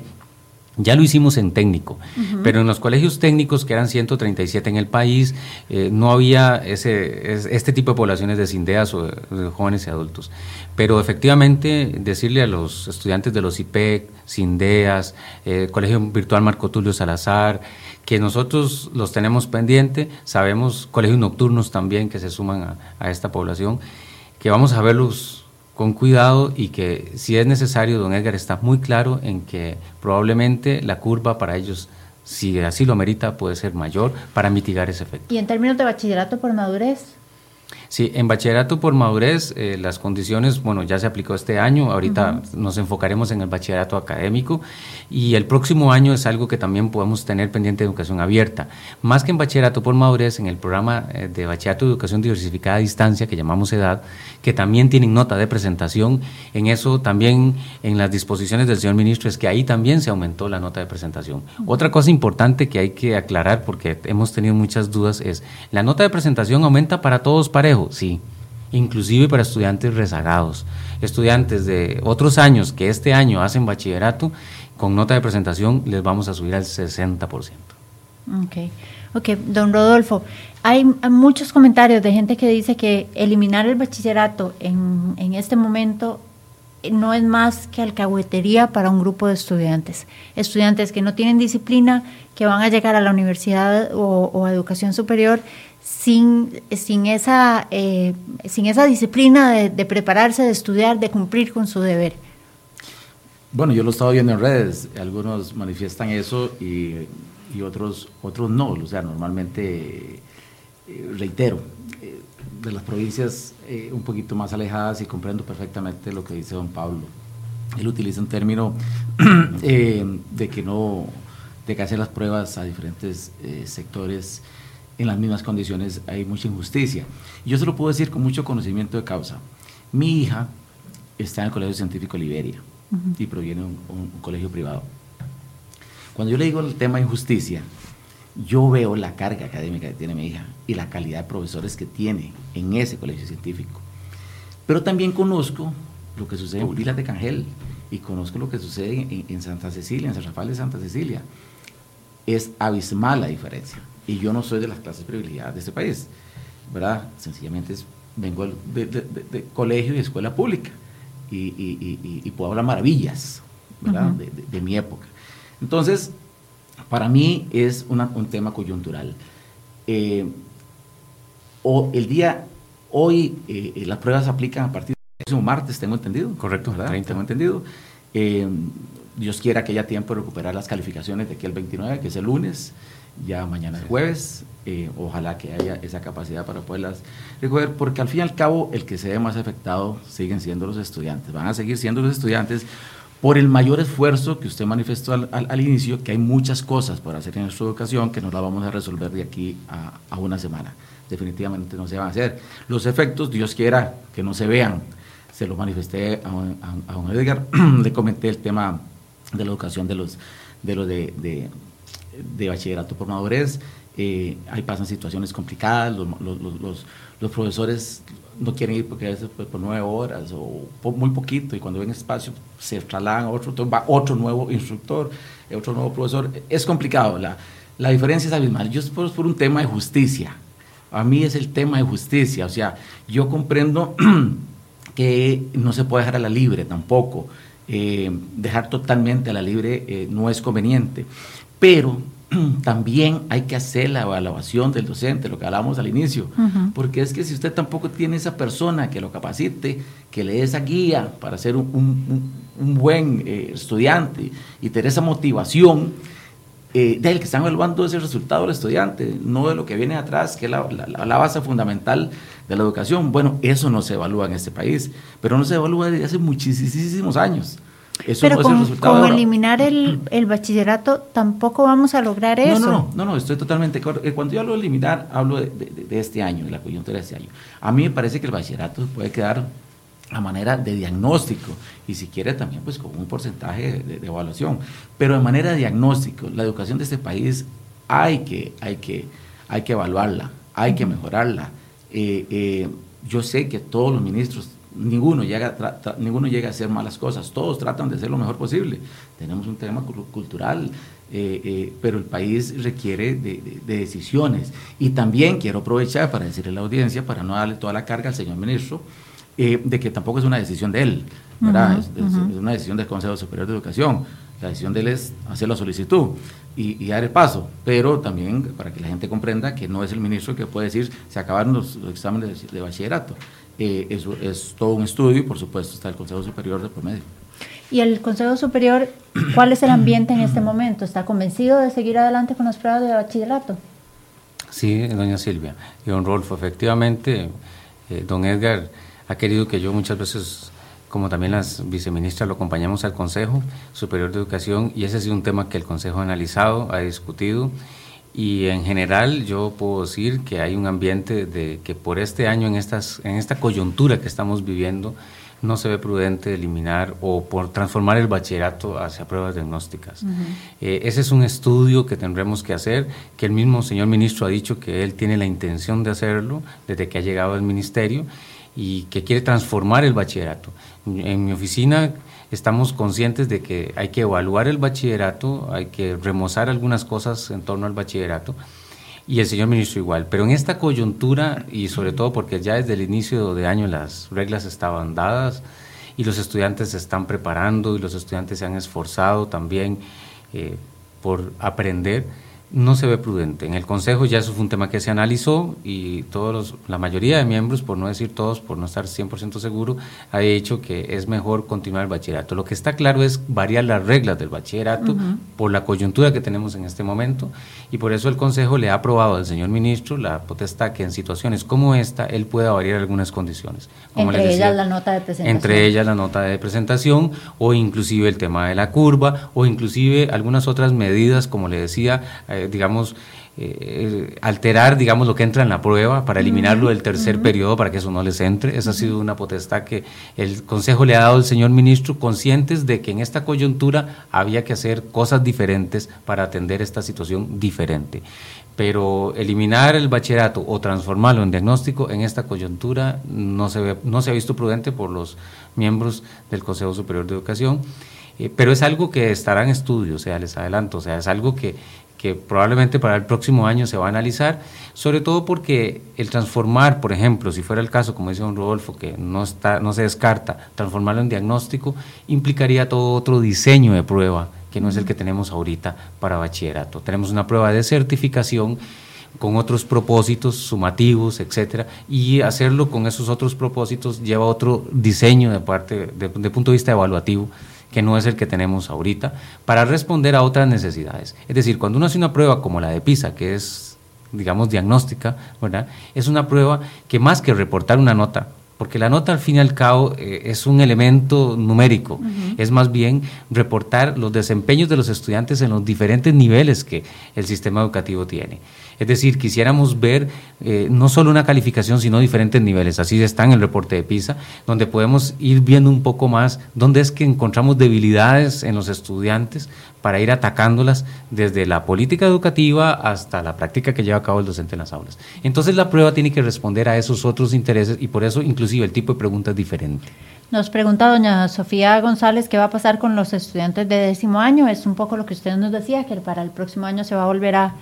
C: Ya lo hicimos en técnico, uh-huh. pero en los colegios técnicos, que eran ciento treinta y siete en el país, eh, no había ese, es, este tipo de poblaciones de SINDEAS o de, de jóvenes y adultos. Pero efectivamente, decirle a los estudiantes de los I P E C, SINDEAS, eh, Colegio Virtual Marco Tulio Salazar, que nosotros los tenemos pendiente, sabemos colegios nocturnos también que se suman a, a esta población, que vamos a verlos con cuidado, y que si es necesario, don Edgar está muy claro en que probablemente la curva para ellos, si así lo amerita, puede ser mayor para mitigar ese efecto.
A: ¿Y en términos de bachillerato por madurez?
C: Sí, en bachillerato por madurez, eh, las condiciones, bueno, ya se aplicó este año, ahorita uh-huh. nos enfocaremos en el bachillerato académico, y el próximo año es algo que también podemos tener pendiente de educación abierta. Más que en bachillerato por madurez, en el programa de bachillerato de educación diversificada a distancia, que llamamos EDAD, que también tienen nota de presentación, en eso también, en las disposiciones del señor ministro, es que ahí también se aumentó la nota de presentación. Uh-huh. Otra cosa importante que hay que aclarar, porque hemos tenido muchas dudas, es, ¿la nota de presentación aumenta para todos parejo? Sí, inclusive para estudiantes rezagados, estudiantes de otros años que este año hacen bachillerato, con nota de presentación les vamos a subir al sesenta por ciento.
A: Ok, ok, don Rodolfo, hay muchos comentarios de gente que dice que eliminar el bachillerato en, en este momento no es más que alcahuetería para un grupo de estudiantes, estudiantes que no tienen disciplina, que van a llegar a la universidad o, o a educación superior sin, sin, esa, eh, sin esa disciplina de, de prepararse, de estudiar, de cumplir con su deber.
B: Bueno, yo lo he estado viendo en redes, algunos manifiestan eso y, y otros, otros no, o sea, normalmente, eh, reitero, eh, de las provincias eh, un poquito más alejadas, y comprendo perfectamente lo que dice don Pablo. Él utiliza un término eh, de que no, de que hacer las pruebas a diferentes eh, sectores en las mismas condiciones, hay mucha injusticia. Yo se lo puedo decir con mucho conocimiento de causa. Mi hija está en el Colegio Científico Liberia uh-huh. y proviene de un, un colegio privado. Cuando yo le digo el tema de injusticia, yo veo la carga académica que tiene mi hija y la calidad de profesores que tiene en ese colegio científico. Pero también conozco lo que sucede en Vilas de Cangel y conozco lo que sucede en, en Santa Cecilia, en San Rafael de Santa Cecilia. Es abismal la diferencia. Y yo no soy de las clases privilegiadas de este país, ¿verdad? Sencillamente es, vengo de, de, de, de colegio y escuela pública y, y, y, y puedo hablar maravillas, ¿verdad? Uh-huh. de, de, de mi época. Entonces, para mí es una, un tema coyuntural. Eh, o el día, hoy, eh, las pruebas se aplican a partir del próximo martes, tengo entendido.
C: Correcto,
B: ¿verdad? treinta. Tengo entendido. Eh, Dios quiera que haya tiempo de recuperar las calificaciones de aquí al veintinueve, que es el lunes, ya mañana es jueves. Eh, ojalá que haya esa capacidad para poderlas recoger, porque al fin y al cabo el que se ve más afectado siguen siendo los estudiantes, van a seguir siendo los estudiantes por el mayor esfuerzo que usted manifestó al, al, al inicio, que hay muchas cosas por hacer en nuestra educación que no las vamos a resolver de aquí a, a una semana. Definitivamente no se van a hacer. Los efectos, Dios quiera que no se vean. Se lo manifesté a, a, a don Edgar, le comenté el tema de la educación de los de, los de, de, de bachillerato por madurez. Eh, ahí pasan situaciones complicadas, los, los, los, los profesores no quieren ir porque a veces por, por nueve horas o por muy poquito, y cuando ven espacio se trasladan a otro, entonces va otro nuevo instructor, otro nuevo profesor. Es complicado, la, la diferencia es abismal. Yo es por, por un tema de justicia, a mí es el tema de justicia, o sea, yo comprendo que no se puede dejar a la libre tampoco, eh, dejar totalmente a la libre eh, no es conveniente, pero también hay que hacer la evaluación del docente, lo que hablábamos al inicio, uh-huh. porque es que si usted tampoco tiene esa persona que lo capacite, que le dé esa guía para ser un, un, un buen eh, estudiante y tener esa motivación, eh, del que están evaluando ese resultado del estudiante, no de lo que viene atrás, que es la, la, la base fundamental de la educación. Bueno, eso no se evalúa en este país, pero no se evalúa desde hace muchísimos años. Eso
A: pero
B: no
A: con,
B: es el resultado
A: con
B: ahora.
A: eliminar el, el bachillerato tampoco vamos a lograr
B: no,
A: eso.
B: No, no, no, no, estoy totalmente de acuerdo. Cuando yo hablo de eliminar, hablo de, de, de este año, de la coyuntura de este año. A mí me parece que el bachillerato puede quedar a manera de diagnóstico y si quiere también pues con un porcentaje de, de evaluación, pero de manera de diagnóstico. La educación de este país hay que, hay que, hay que evaluarla, hay que mejorarla. Eh, eh, yo sé que todos los ministros, ninguno llega, tra, tra, ninguno llega a hacer malas cosas, todos tratan de hacer lo mejor posible. Tenemos un tema cultural, eh, eh, pero el país requiere de, de, de decisiones. Y también quiero aprovechar para decirle a la audiencia, para no darle toda la carga al señor ministro, eh, de que tampoco es una decisión de él, ¿verdad? Uh-huh, es, es, uh-huh. es una decisión del Consejo Superior de Educación. La decisión de él es hacer la solicitud y, y dar el paso, pero también para que la gente comprenda que no es el ministro que puede decir se acabaron los, los exámenes de, de bachillerato. Eh, eso es todo un estudio y por supuesto está el Consejo Superior de por medio.
A: ¿Y el Consejo Superior, cuál es el ambiente en este momento? ¿Está convencido de seguir adelante con las pruebas de bachillerato?
C: Sí, doña Silvia y don Rolfo, efectivamente, eh, don Edgar ha querido que yo muchas veces, como también las viceministras, lo acompañamos al Consejo Superior de Educación, y ese ha sido un tema que el Consejo ha analizado, ha discutido, y en general yo puedo decir que hay un ambiente de que por este año, en, estas, en esta coyuntura que estamos viviendo, no se ve prudente eliminar o por transformar el bachillerato hacia pruebas diagnósticas. Uh-huh. Eh, ese es un estudio que tendremos que hacer, que el mismo señor ministro ha dicho que él tiene la intención de hacerlo desde que ha llegado al ministerio y que quiere transformar el bachillerato. En mi oficina estamos conscientes de que hay que evaluar el bachillerato, hay que remozar algunas cosas en torno al bachillerato, y el señor ministro igual, pero en esta coyuntura, y sobre todo porque ya desde el inicio de año las reglas estaban dadas y los estudiantes se están preparando y los estudiantes se han esforzado también eh, por aprender, no se ve prudente. En el Consejo ya eso fue un tema que se analizó y todos los, la mayoría de miembros, por no decir todos, por no estar cien por ciento seguro, ha dicho que es mejor continuar el bachillerato. Lo que está claro es variar las reglas del bachillerato uh-huh. por la coyuntura que tenemos en este momento, y por eso el Consejo le ha aprobado al señor ministro la potestad que en situaciones como esta él pueda variar algunas condiciones. Como
A: entre
C: les decía,
A: ellas la nota de presentación.
C: Entre ellas la nota de presentación, o inclusive el tema de la curva, o inclusive algunas otras medidas, como le decía, eh, eh, digamos, eh, alterar, digamos, lo que entra en la prueba para eliminarlo del tercer uh-huh. periodo para que eso no les entre. Esa uh-huh. ha sido una potestad que el Consejo le ha dado al señor ministro, conscientes de que en esta coyuntura había que hacer cosas diferentes para atender esta situación diferente. Pero eliminar el bachillerato o transformarlo en diagnóstico en esta coyuntura no se ve, no se ha visto prudente por los miembros del Consejo Superior de Educación, eh, pero es algo que estará en estudio, o sea, les adelanto, o sea, es algo que, que probablemente para el próximo año se va a analizar, sobre todo porque el transformar, por ejemplo, si fuera el caso, como dice don Rodolfo, que no, está, no se descarta, transformarlo en diagnóstico, implicaría todo otro diseño de prueba, que no es el que tenemos ahorita para bachillerato. Tenemos una prueba de certificación con otros propósitos sumativos, etcétera, y hacerlo con esos otros propósitos lleva otro diseño de parte, de, de punto de vista evaluativo, que no es el que tenemos ahorita, para responder a otras necesidades. Es decir, cuando uno hace una prueba como la de PISA, que es, digamos, diagnóstica, ¿verdad?, es una prueba que más que reportar una nota, porque la nota al fin y al cabo eh, es un elemento numérico, uh-huh. es más bien reportar los desempeños de los estudiantes en los diferentes niveles que el sistema educativo tiene. Es decir, quisiéramos ver eh, no solo una calificación, sino diferentes niveles. Así está en el reporte de PISA, donde podemos ir viendo un poco más dónde es que encontramos debilidades en los estudiantes para ir atacándolas desde la política educativa hasta la práctica que lleva a cabo el docente en las aulas. Entonces la prueba tiene que responder a esos otros intereses y por eso inclusive el tipo de pregunta es diferente.
A: Nos pregunta doña Sofía González qué va a pasar con los estudiantes de décimo año. Es un poco lo que usted nos decía, que para el próximo año se va a volver a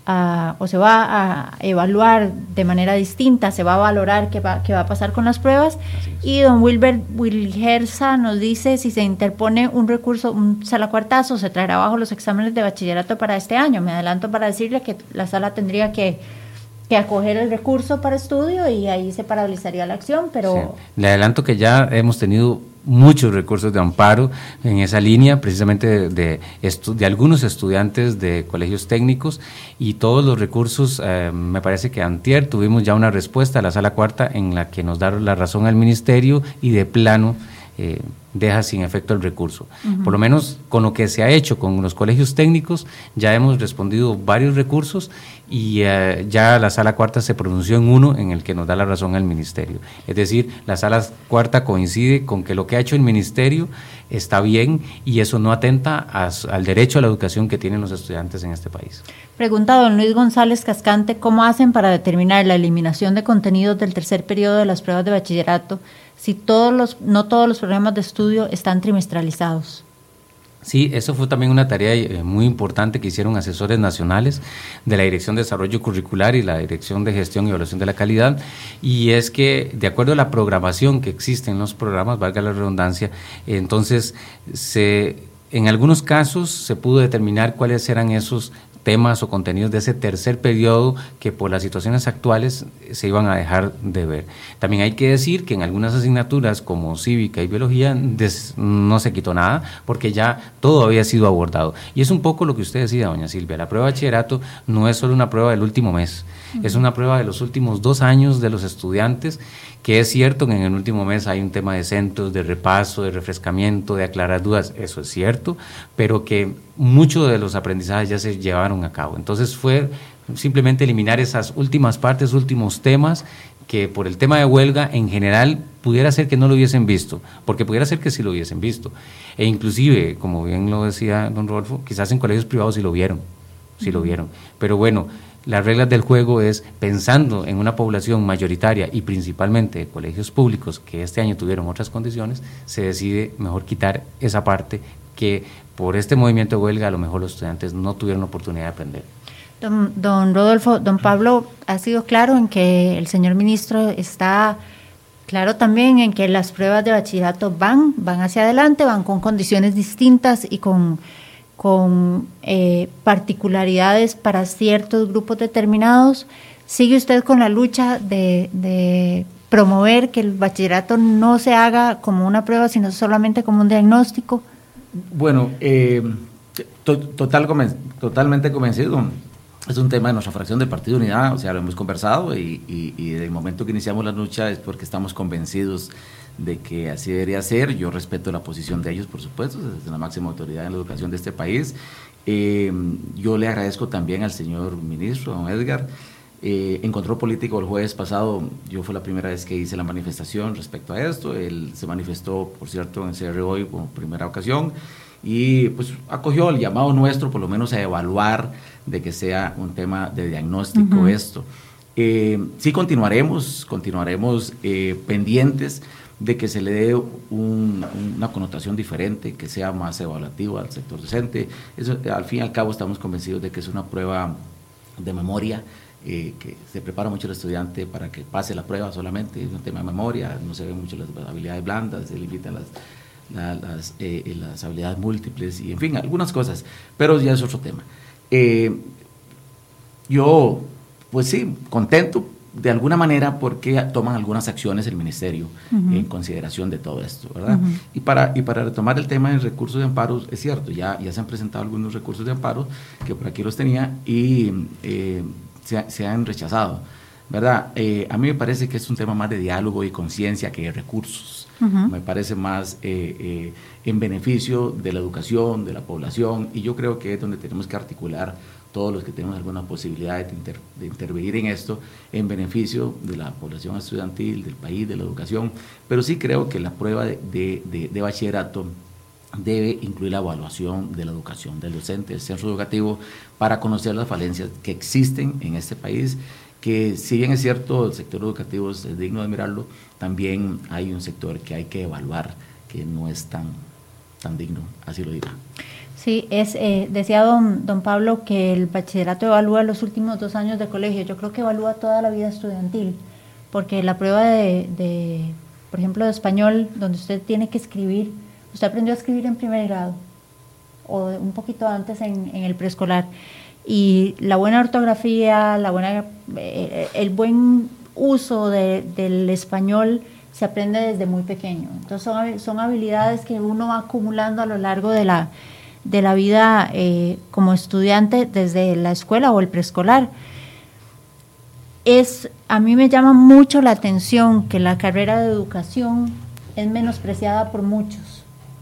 A: A, o se va a evaluar de manera distinta, se va a valorar qué va, qué va a pasar con las pruebas. Y don Wilber Wilgerza nos dice si se interpone un recurso, un salacuartazo, se traerá abajo los exámenes de bachillerato para este año. Me adelanto para decirle que la sala tendría que, que acoger el recurso para estudio y ahí se paralizaría la acción, pero... Sí. Le
C: adelanto que ya hemos tenido muchos recursos de amparo en esa línea, precisamente de, de, estu de algunos estudiantes de colegios técnicos, y todos los recursos, eh, me parece que antier tuvimos ya una respuesta a la sala cuarta en la que nos da la razón al ministerio y de plano eh, deja sin efecto el recurso. Uh-huh. Por lo menos con lo que se ha hecho con los colegios técnicos ya hemos respondido varios recursos y eh, ya la sala cuarta se pronunció en uno en el que nos da la razón al ministerio. Es decir, la sala cuarta coincide con que lo que ha hecho el ministerio está bien y eso no atenta a, al derecho a la educación que tienen los estudiantes en este país.
A: Pregunta don Luis González Cascante, ¿cómo hacen para determinar la eliminación de contenidos del tercer periodo de las pruebas de bachillerato si todos los, no todos los programas de estudio están trimestralizados?
C: Sí, eso fue también una tarea eh, muy importante que hicieron asesores nacionales de la Dirección de Desarrollo Curricular y la Dirección de Gestión y Evaluación de la Calidad, y es que de acuerdo a la programación que existe en los programas, valga la redundancia, entonces se, en algunos casos se pudo determinar cuáles eran esos temas o contenidos de ese tercer periodo que por las situaciones actuales se iban a dejar de ver. También hay que decir que en algunas asignaturas como cívica y biología des, no se quitó nada porque ya todo había sido abordado. Y es un poco lo que usted decía, doña Silvia, la prueba de bachillerato no es solo una prueba del último mes, uh-huh. es una prueba de los últimos dos años de los estudiantes, que es cierto que en el último mes hay un tema de centros, de repaso, de refrescamiento, de aclarar dudas, eso es cierto, pero que muchos de los aprendizajes ya se llevaron a cabo. Entonces fue simplemente eliminar esas últimas partes, últimos temas que por el tema de huelga en general pudiera ser que no lo hubiesen visto, porque pudiera ser que sí lo hubiesen visto, e inclusive, como bien lo decía don Rodolfo, quizás en colegios privados sí lo vieron, sí lo vieron, pero bueno, las reglas del juego es, pensando en una población mayoritaria y principalmente de colegios públicos que este año tuvieron otras condiciones, se decide mejor quitar esa parte que por este movimiento de huelga a lo mejor los estudiantes no tuvieron oportunidad de aprender.
A: Don, don Rodolfo, don Pablo ha sido claro en que el señor ministro está claro también en que las pruebas de bachillerato van, van hacia adelante, van con condiciones distintas y con... con eh, particularidades para ciertos grupos determinados. ¿Sigue usted con la lucha de, de promover que el bachillerato no se haga como una prueba, sino solamente como un diagnóstico?
B: Bueno, eh, to, total, totalmente convencido. Es un tema de nuestra fracción del Partido Unidad, o sea, lo hemos conversado y, y, y desde el momento que iniciamos la lucha es porque estamos convencidos de que así debería ser. Yo respeto la posición de ellos, por supuesto, desde la máxima autoridad en la educación de este país, Eh, yo le agradezco también al señor ministro, don Edgar. Eh, en Control Político el jueves pasado, yo fue la primera vez que hice la manifestación respecto a esto. Él se manifestó, por cierto, en C R Hoy por primera ocasión y pues acogió el llamado nuestro, por lo menos a evaluar de que sea un tema de diagnóstico. Uh-huh. Esto. Eh, sí continuaremos, continuaremos eh, pendientes de que se le dé un, una connotación diferente, que sea más evaluativa al sector docente. Eso, al fin y al cabo, estamos convencidos de que es una prueba de memoria, eh, que se prepara mucho el estudiante para que pase la prueba solamente, es un tema de memoria, no se ven mucho las habilidades blandas, se limitan las, la, las, eh, las habilidades múltiples y, en fin, algunas cosas, pero ya es otro tema. Eh, yo, pues sí, contento de alguna manera porque toman algunas acciones el ministerio uh-huh. en consideración de todo esto, ¿verdad? Uh-huh. Y, para, y para retomar el tema de recursos de amparo, es cierto, ya, ya se han presentado algunos recursos de amparo, que por aquí los tenía, y eh, se, se han rechazado, ¿verdad? Eh, a mí me parece que es un tema más de diálogo y conciencia que de recursos. Uh-huh. Me parece más eh, eh, en beneficio de la educación, de la población, y yo creo que es donde tenemos que articular todos los que tenemos alguna posibilidad de, inter, de intervenir en esto en beneficio de la población estudiantil, del país, de la educación, pero sí creo que la prueba de, de, de, de bachillerato debe incluir la evaluación de la educación del docente, del centro educativo, para conocer las falencias que existen en este país, que si bien es cierto el sector educativo es digno de admirarlo, también hay un sector que hay que evaluar que no es tan, tan digno, así lo dirá.
A: Sí, es, eh, decía don, don Pablo que el bachillerato evalúa los últimos dos años de colegio. Yo creo que evalúa toda la vida estudiantil, porque la prueba de, de, por ejemplo, de español, donde usted tiene que escribir, usted aprendió a escribir en primer grado, o un poquito antes en, en el preescolar, y la buena ortografía, la buena, eh, el buen uso de, del español se aprende desde muy pequeño. Entonces son, son habilidades que uno va acumulando a lo largo de la de la vida eh, como estudiante desde la escuela o el preescolar. Es, a mí me llama mucho la atención que la carrera de educación es menospreciada por muchos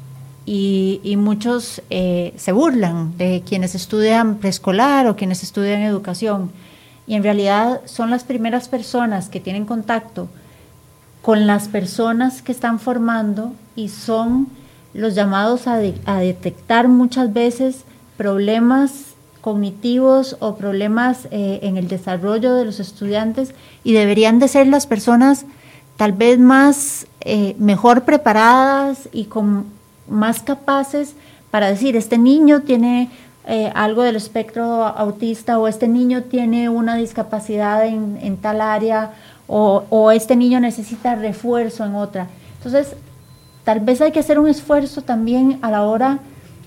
A: y, y muchos eh, se burlan de quienes estudian preescolar o quienes estudian educación, y en realidad son las primeras personas que tienen contacto con las personas que están formando y son los llamados a, de, a detectar muchas veces problemas cognitivos o problemas eh, en el desarrollo de los estudiantes, y deberían de ser las personas tal vez más, eh, mejor preparadas y con más capaces para decir, este niño tiene eh, algo del espectro autista, o este niño tiene una discapacidad en, en tal área, o, o este niño necesita refuerzo en otra. Entonces, tal vez hay que hacer un esfuerzo también a la hora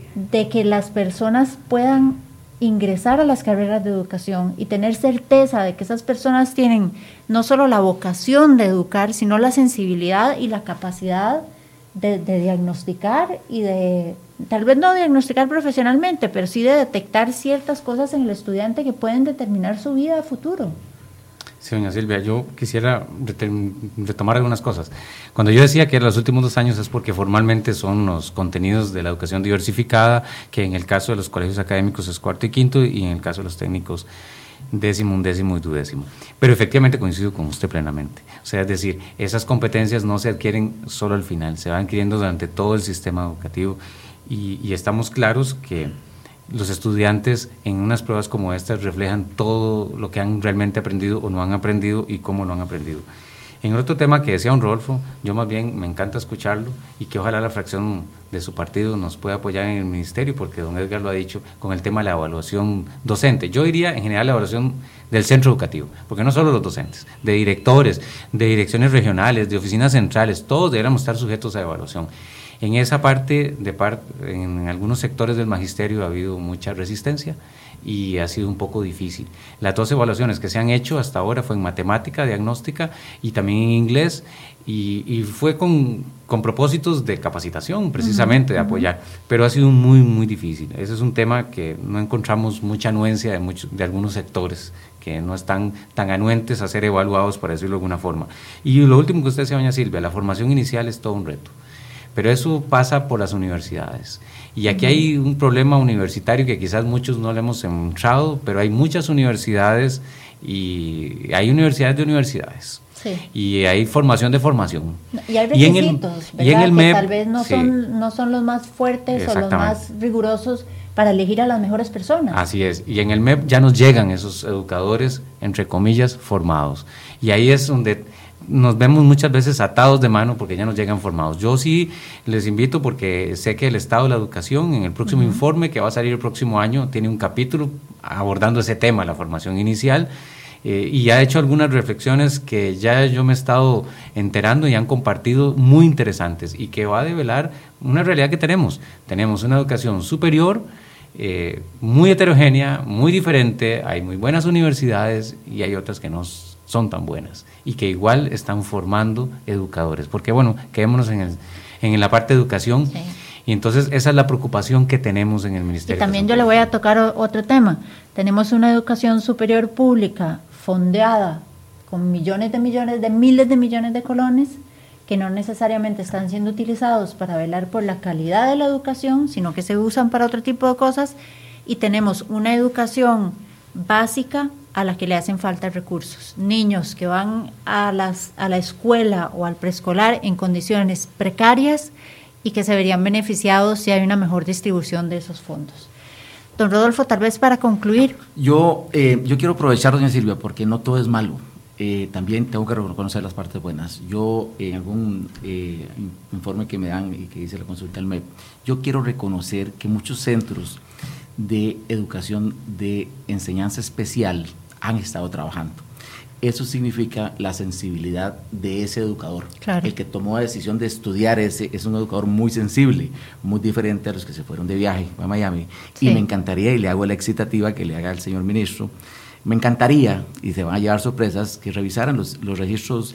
A: de que las personas puedan ingresar a las carreras de educación y tener certeza de que esas personas tienen no solo la vocación de educar, sino la sensibilidad y la capacidad de, de diagnosticar y de, tal vez no diagnosticar profesionalmente, pero sí de detectar ciertas cosas en el estudiante que pueden determinar su vida a futuro.
C: Sí, doña Silvia, yo quisiera retomar algunas cosas. Cuando yo decía que los últimos dos años es porque formalmente son los contenidos de la educación diversificada, que en el caso de los colegios académicos es cuarto y quinto, y en el caso de los técnicos décimo, undécimo y duodécimo. Pero efectivamente coincido con usted plenamente. O sea, es decir, esas competencias no se adquieren solo al final, se van adquiriendo durante todo el sistema educativo, y, y estamos claros que los estudiantes en unas pruebas como estas reflejan todo lo que han realmente aprendido o no han aprendido y cómo lo han aprendido. En el otro tema que decía don Rodolfo, yo más bien me encanta escucharlo, y que ojalá la fracción de su partido nos pueda apoyar en el ministerio, porque don Edgar lo ha dicho, con el tema de la evaluación docente. Yo diría en general la evaluación del centro educativo, porque no solo los docentes, de directores, de direcciones regionales, de oficinas centrales, todos deberíamos estar sujetos a evaluación. En esa parte, de par, en algunos sectores del magisterio ha habido mucha resistencia y ha sido un poco difícil. Las dos evaluaciones que se han hecho hasta ahora fue en matemática, diagnóstica y también en inglés, y, y fue con, con propósitos de capacitación precisamente, uh-huh, de apoyar, uh-huh. Pero ha sido muy, muy difícil. Ese es un tema que no encontramos mucha anuencia de, muchos, de algunos sectores que no están tan anuentes a ser evaluados, para decirlo de alguna forma. Y lo último que usted decía, doña Silvia, la formación inicial es todo un reto. pero eso pasa por las universidades. Y aquí hay un problema universitario que quizás muchos no le hemos entrado, pero hay muchas universidades y hay universidades de universidades. Sí. Y hay formación de formación.
A: Y hay requisitos, y en el, y en el M E P, que tal vez no, sí. son, no son los más fuertes o los más rigurosos para elegir a las mejores personas.
C: Así es, y en el M E P ya nos llegan esos educadores, entre comillas, formados. Y ahí es donde nos vemos muchas veces atados de mano porque ya nos llegan formados. Yo sí les invito, porque sé que el Estado de la Educación, en el próximo uh-huh. informe que va a salir el próximo año, tiene un capítulo abordando ese tema, la formación inicial, eh, y ha hecho algunas reflexiones que ya yo me he estado enterando y han compartido muy interesantes, y que va a develar una realidad que tenemos. Tenemos una educación superior, eh, muy heterogénea, muy diferente, hay muy buenas universidades y hay otras que no son tan buenas y que igual están formando educadores, porque bueno, quedémonos en, el, en la parte de educación, sí. Y entonces esa es la preocupación que tenemos en el Ministerio.
A: Y también yo le voy a tocar otro tema. Tenemos una educación superior pública fondeada con millones de millones de miles de millones de colones que no necesariamente están siendo utilizados para velar por la calidad de la educación, sino que se usan para otro tipo de cosas, y tenemos una educación básica a la que le hacen falta recursos. Niños que van a, las, a la escuela o al preescolar en condiciones precarias y que se verían beneficiados si hay una mejor distribución de esos fondos. Don Rodolfo, tal vez para concluir.
B: Yo, eh, yo quiero aprovechar, doña Silvia, porque no todo es malo. Eh, también tengo que reconocer las partes buenas. Yo, en algún eh, informe que me dan y que dice la consulta del M E P, yo quiero reconocer que muchos centros de educación de enseñanza especial han estado trabajando. Eso significa la sensibilidad de ese educador. Claro. El que tomó la decisión de estudiar ese es un educador muy sensible, muy diferente a los que se fueron de viaje a Miami. Sí. Y me encantaría, y le hago la excitativa que le haga al señor ministro, me encantaría, y se van a llevar sorpresas, que revisaran los, los registros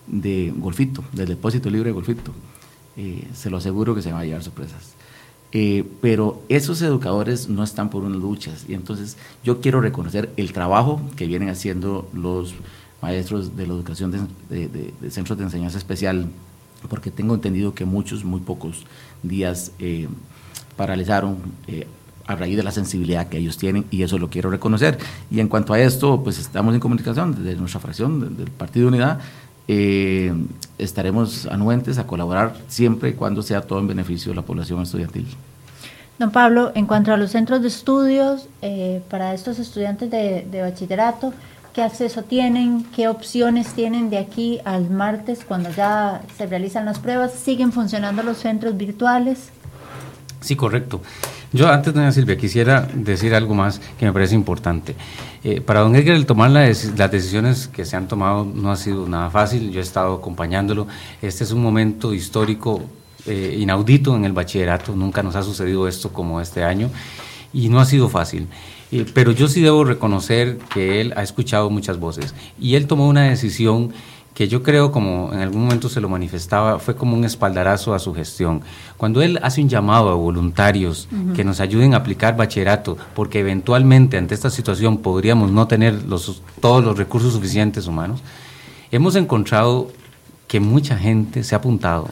B: de Golfito, del depósito libre de Golfito. Eh, se lo aseguro que se van a llevar sorpresas. Eh, pero esos educadores no están por unas luchas, y entonces yo quiero reconocer el trabajo que vienen haciendo los maestros de la educación de, de, de, de centros de enseñanza especial, porque tengo entendido que muchos, muy pocos días eh, paralizaron eh, a raíz de la sensibilidad que ellos tienen, y eso lo quiero reconocer. Y en cuanto a esto, pues estamos en comunicación desde nuestra fracción del Partido de Unidad. Eh, estaremos anuentes a colaborar siempre y cuando sea todo en beneficio de la población estudiantil.
A: Don Pablo, en cuanto a los centros de estudios, eh, para estos estudiantes de, de bachillerato, ¿qué acceso tienen? ¿Qué opciones tienen de aquí al martes cuando ya se realizan las pruebas? ¿Siguen funcionando los centros virtuales?
C: Sí, correcto. Yo antes, doña Silvia, quisiera decir algo más que me parece importante. Eh, para don Edgar, el tomar la dec- las decisiones que se han tomado no ha sido nada fácil. Yo he estado acompañándolo. Este es un momento histórico eh, inaudito en el bachillerato. Nunca nos ha sucedido esto como este año y no ha sido fácil. Eh, pero yo sí debo reconocer que él ha escuchado muchas voces y él tomó una decisión que yo creo, como en algún momento se lo manifestaba, fue como un espaldarazo a su gestión. Cuando él hace un llamado a voluntarios uh-huh. que nos ayuden a aplicar bachillerato, porque eventualmente ante esta situación podríamos no tener los, todos los recursos suficientes humanos, hemos encontrado que mucha gente se ha apuntado.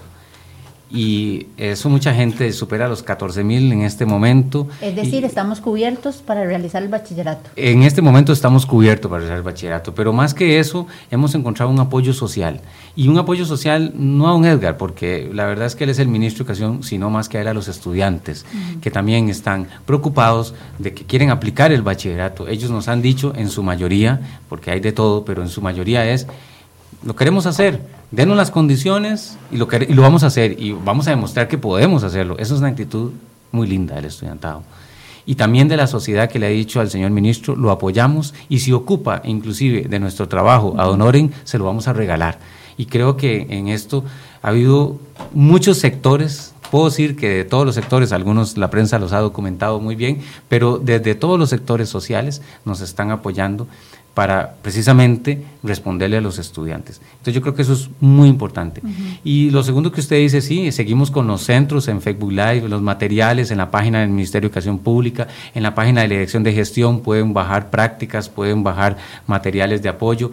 C: Y eso mucha gente supera los catorce mil en este momento.
A: Es decir, y estamos cubiertos para realizar el bachillerato.
C: En este momento estamos cubiertos para realizar el bachillerato, pero más que eso, hemos encontrado un apoyo social. Y un apoyo social no a don Edgar, porque la verdad es que él es el ministro de Educación, sino más que a él a los estudiantes, uh-huh. que también están preocupados de que quieren aplicar el bachillerato. Ellos nos han dicho, en su mayoría, porque hay de todo, pero en su mayoría es, lo queremos hacer, denos las condiciones y lo, y lo vamos a hacer y vamos a demostrar que podemos hacerlo. Eso es una actitud muy linda del estudiantado. Y también de la sociedad, que le ha dicho al señor ministro, lo apoyamos, y si ocupa inclusive de nuestro trabajo a don Oren, se lo vamos a regalar. Y creo que en esto ha habido muchos sectores, puedo decir que de todos los sectores, algunos la prensa los ha documentado muy bien, pero desde todos los sectores sociales nos están apoyando para precisamente responderle a los estudiantes. Entonces yo creo que eso es muy importante. Uh-huh. Y lo segundo que usted dice, sí, seguimos con los centros en Facebook Live, los materiales en la página del Ministerio de Educación Pública, en la página de la Dirección de Gestión pueden bajar prácticas, pueden bajar materiales de apoyo,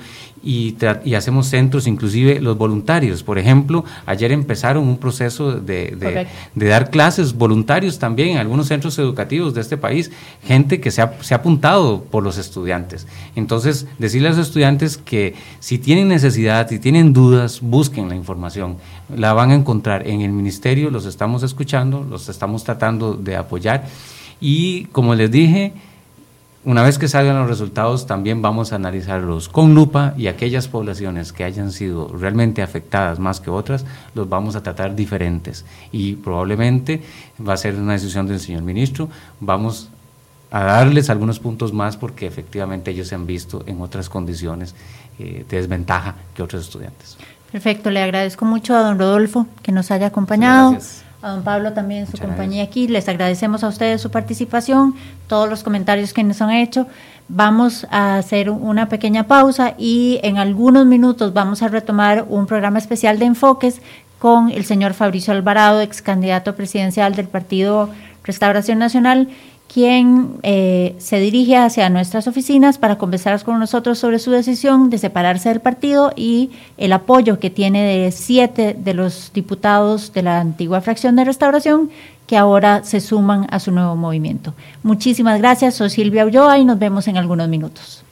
C: y, y hacemos centros, inclusive los voluntarios. Por ejemplo, ayer empezaron un proceso de, de, de dar clases voluntarios también en algunos centros educativos de este país, gente que se ha, se ha apuntado por los estudiantes. Entonces, decirle a los estudiantes que si tienen necesidad, si tienen dudas, busquen la información, la van a encontrar en el ministerio, los estamos escuchando, los estamos tratando de apoyar y, como les dije, una vez que salgan los resultados, también vamos a analizarlos con lupa y aquellas poblaciones que hayan sido realmente afectadas más que otras, los vamos a tratar diferentes y probablemente va a ser una decisión del señor ministro, vamos a darles algunos puntos más porque efectivamente ellos se han visto en otras condiciones eh, de desventaja que otros estudiantes.
A: Perfecto, le agradezco mucho a don Rodolfo que nos haya acompañado.
C: Gracias.
A: A don Pablo también su
C: Muchas
A: compañía
C: gracias.
A: aquí. Les agradecemos a ustedes su participación, todos los comentarios que nos han hecho. Vamos a hacer una pequeña pausa y en algunos minutos vamos a retomar un programa especial de enfoques con el señor Fabricio Alvarado, ex candidato presidencial del Partido Restauración Nacional, quien eh, se dirige hacia nuestras oficinas para conversar con nosotros sobre su decisión de separarse del partido y el apoyo que tiene de siete de los diputados de la antigua fracción de Restauración que ahora se suman a su nuevo movimiento. Muchísimas gracias, soy Silvia Ulloa y nos vemos en algunos minutos.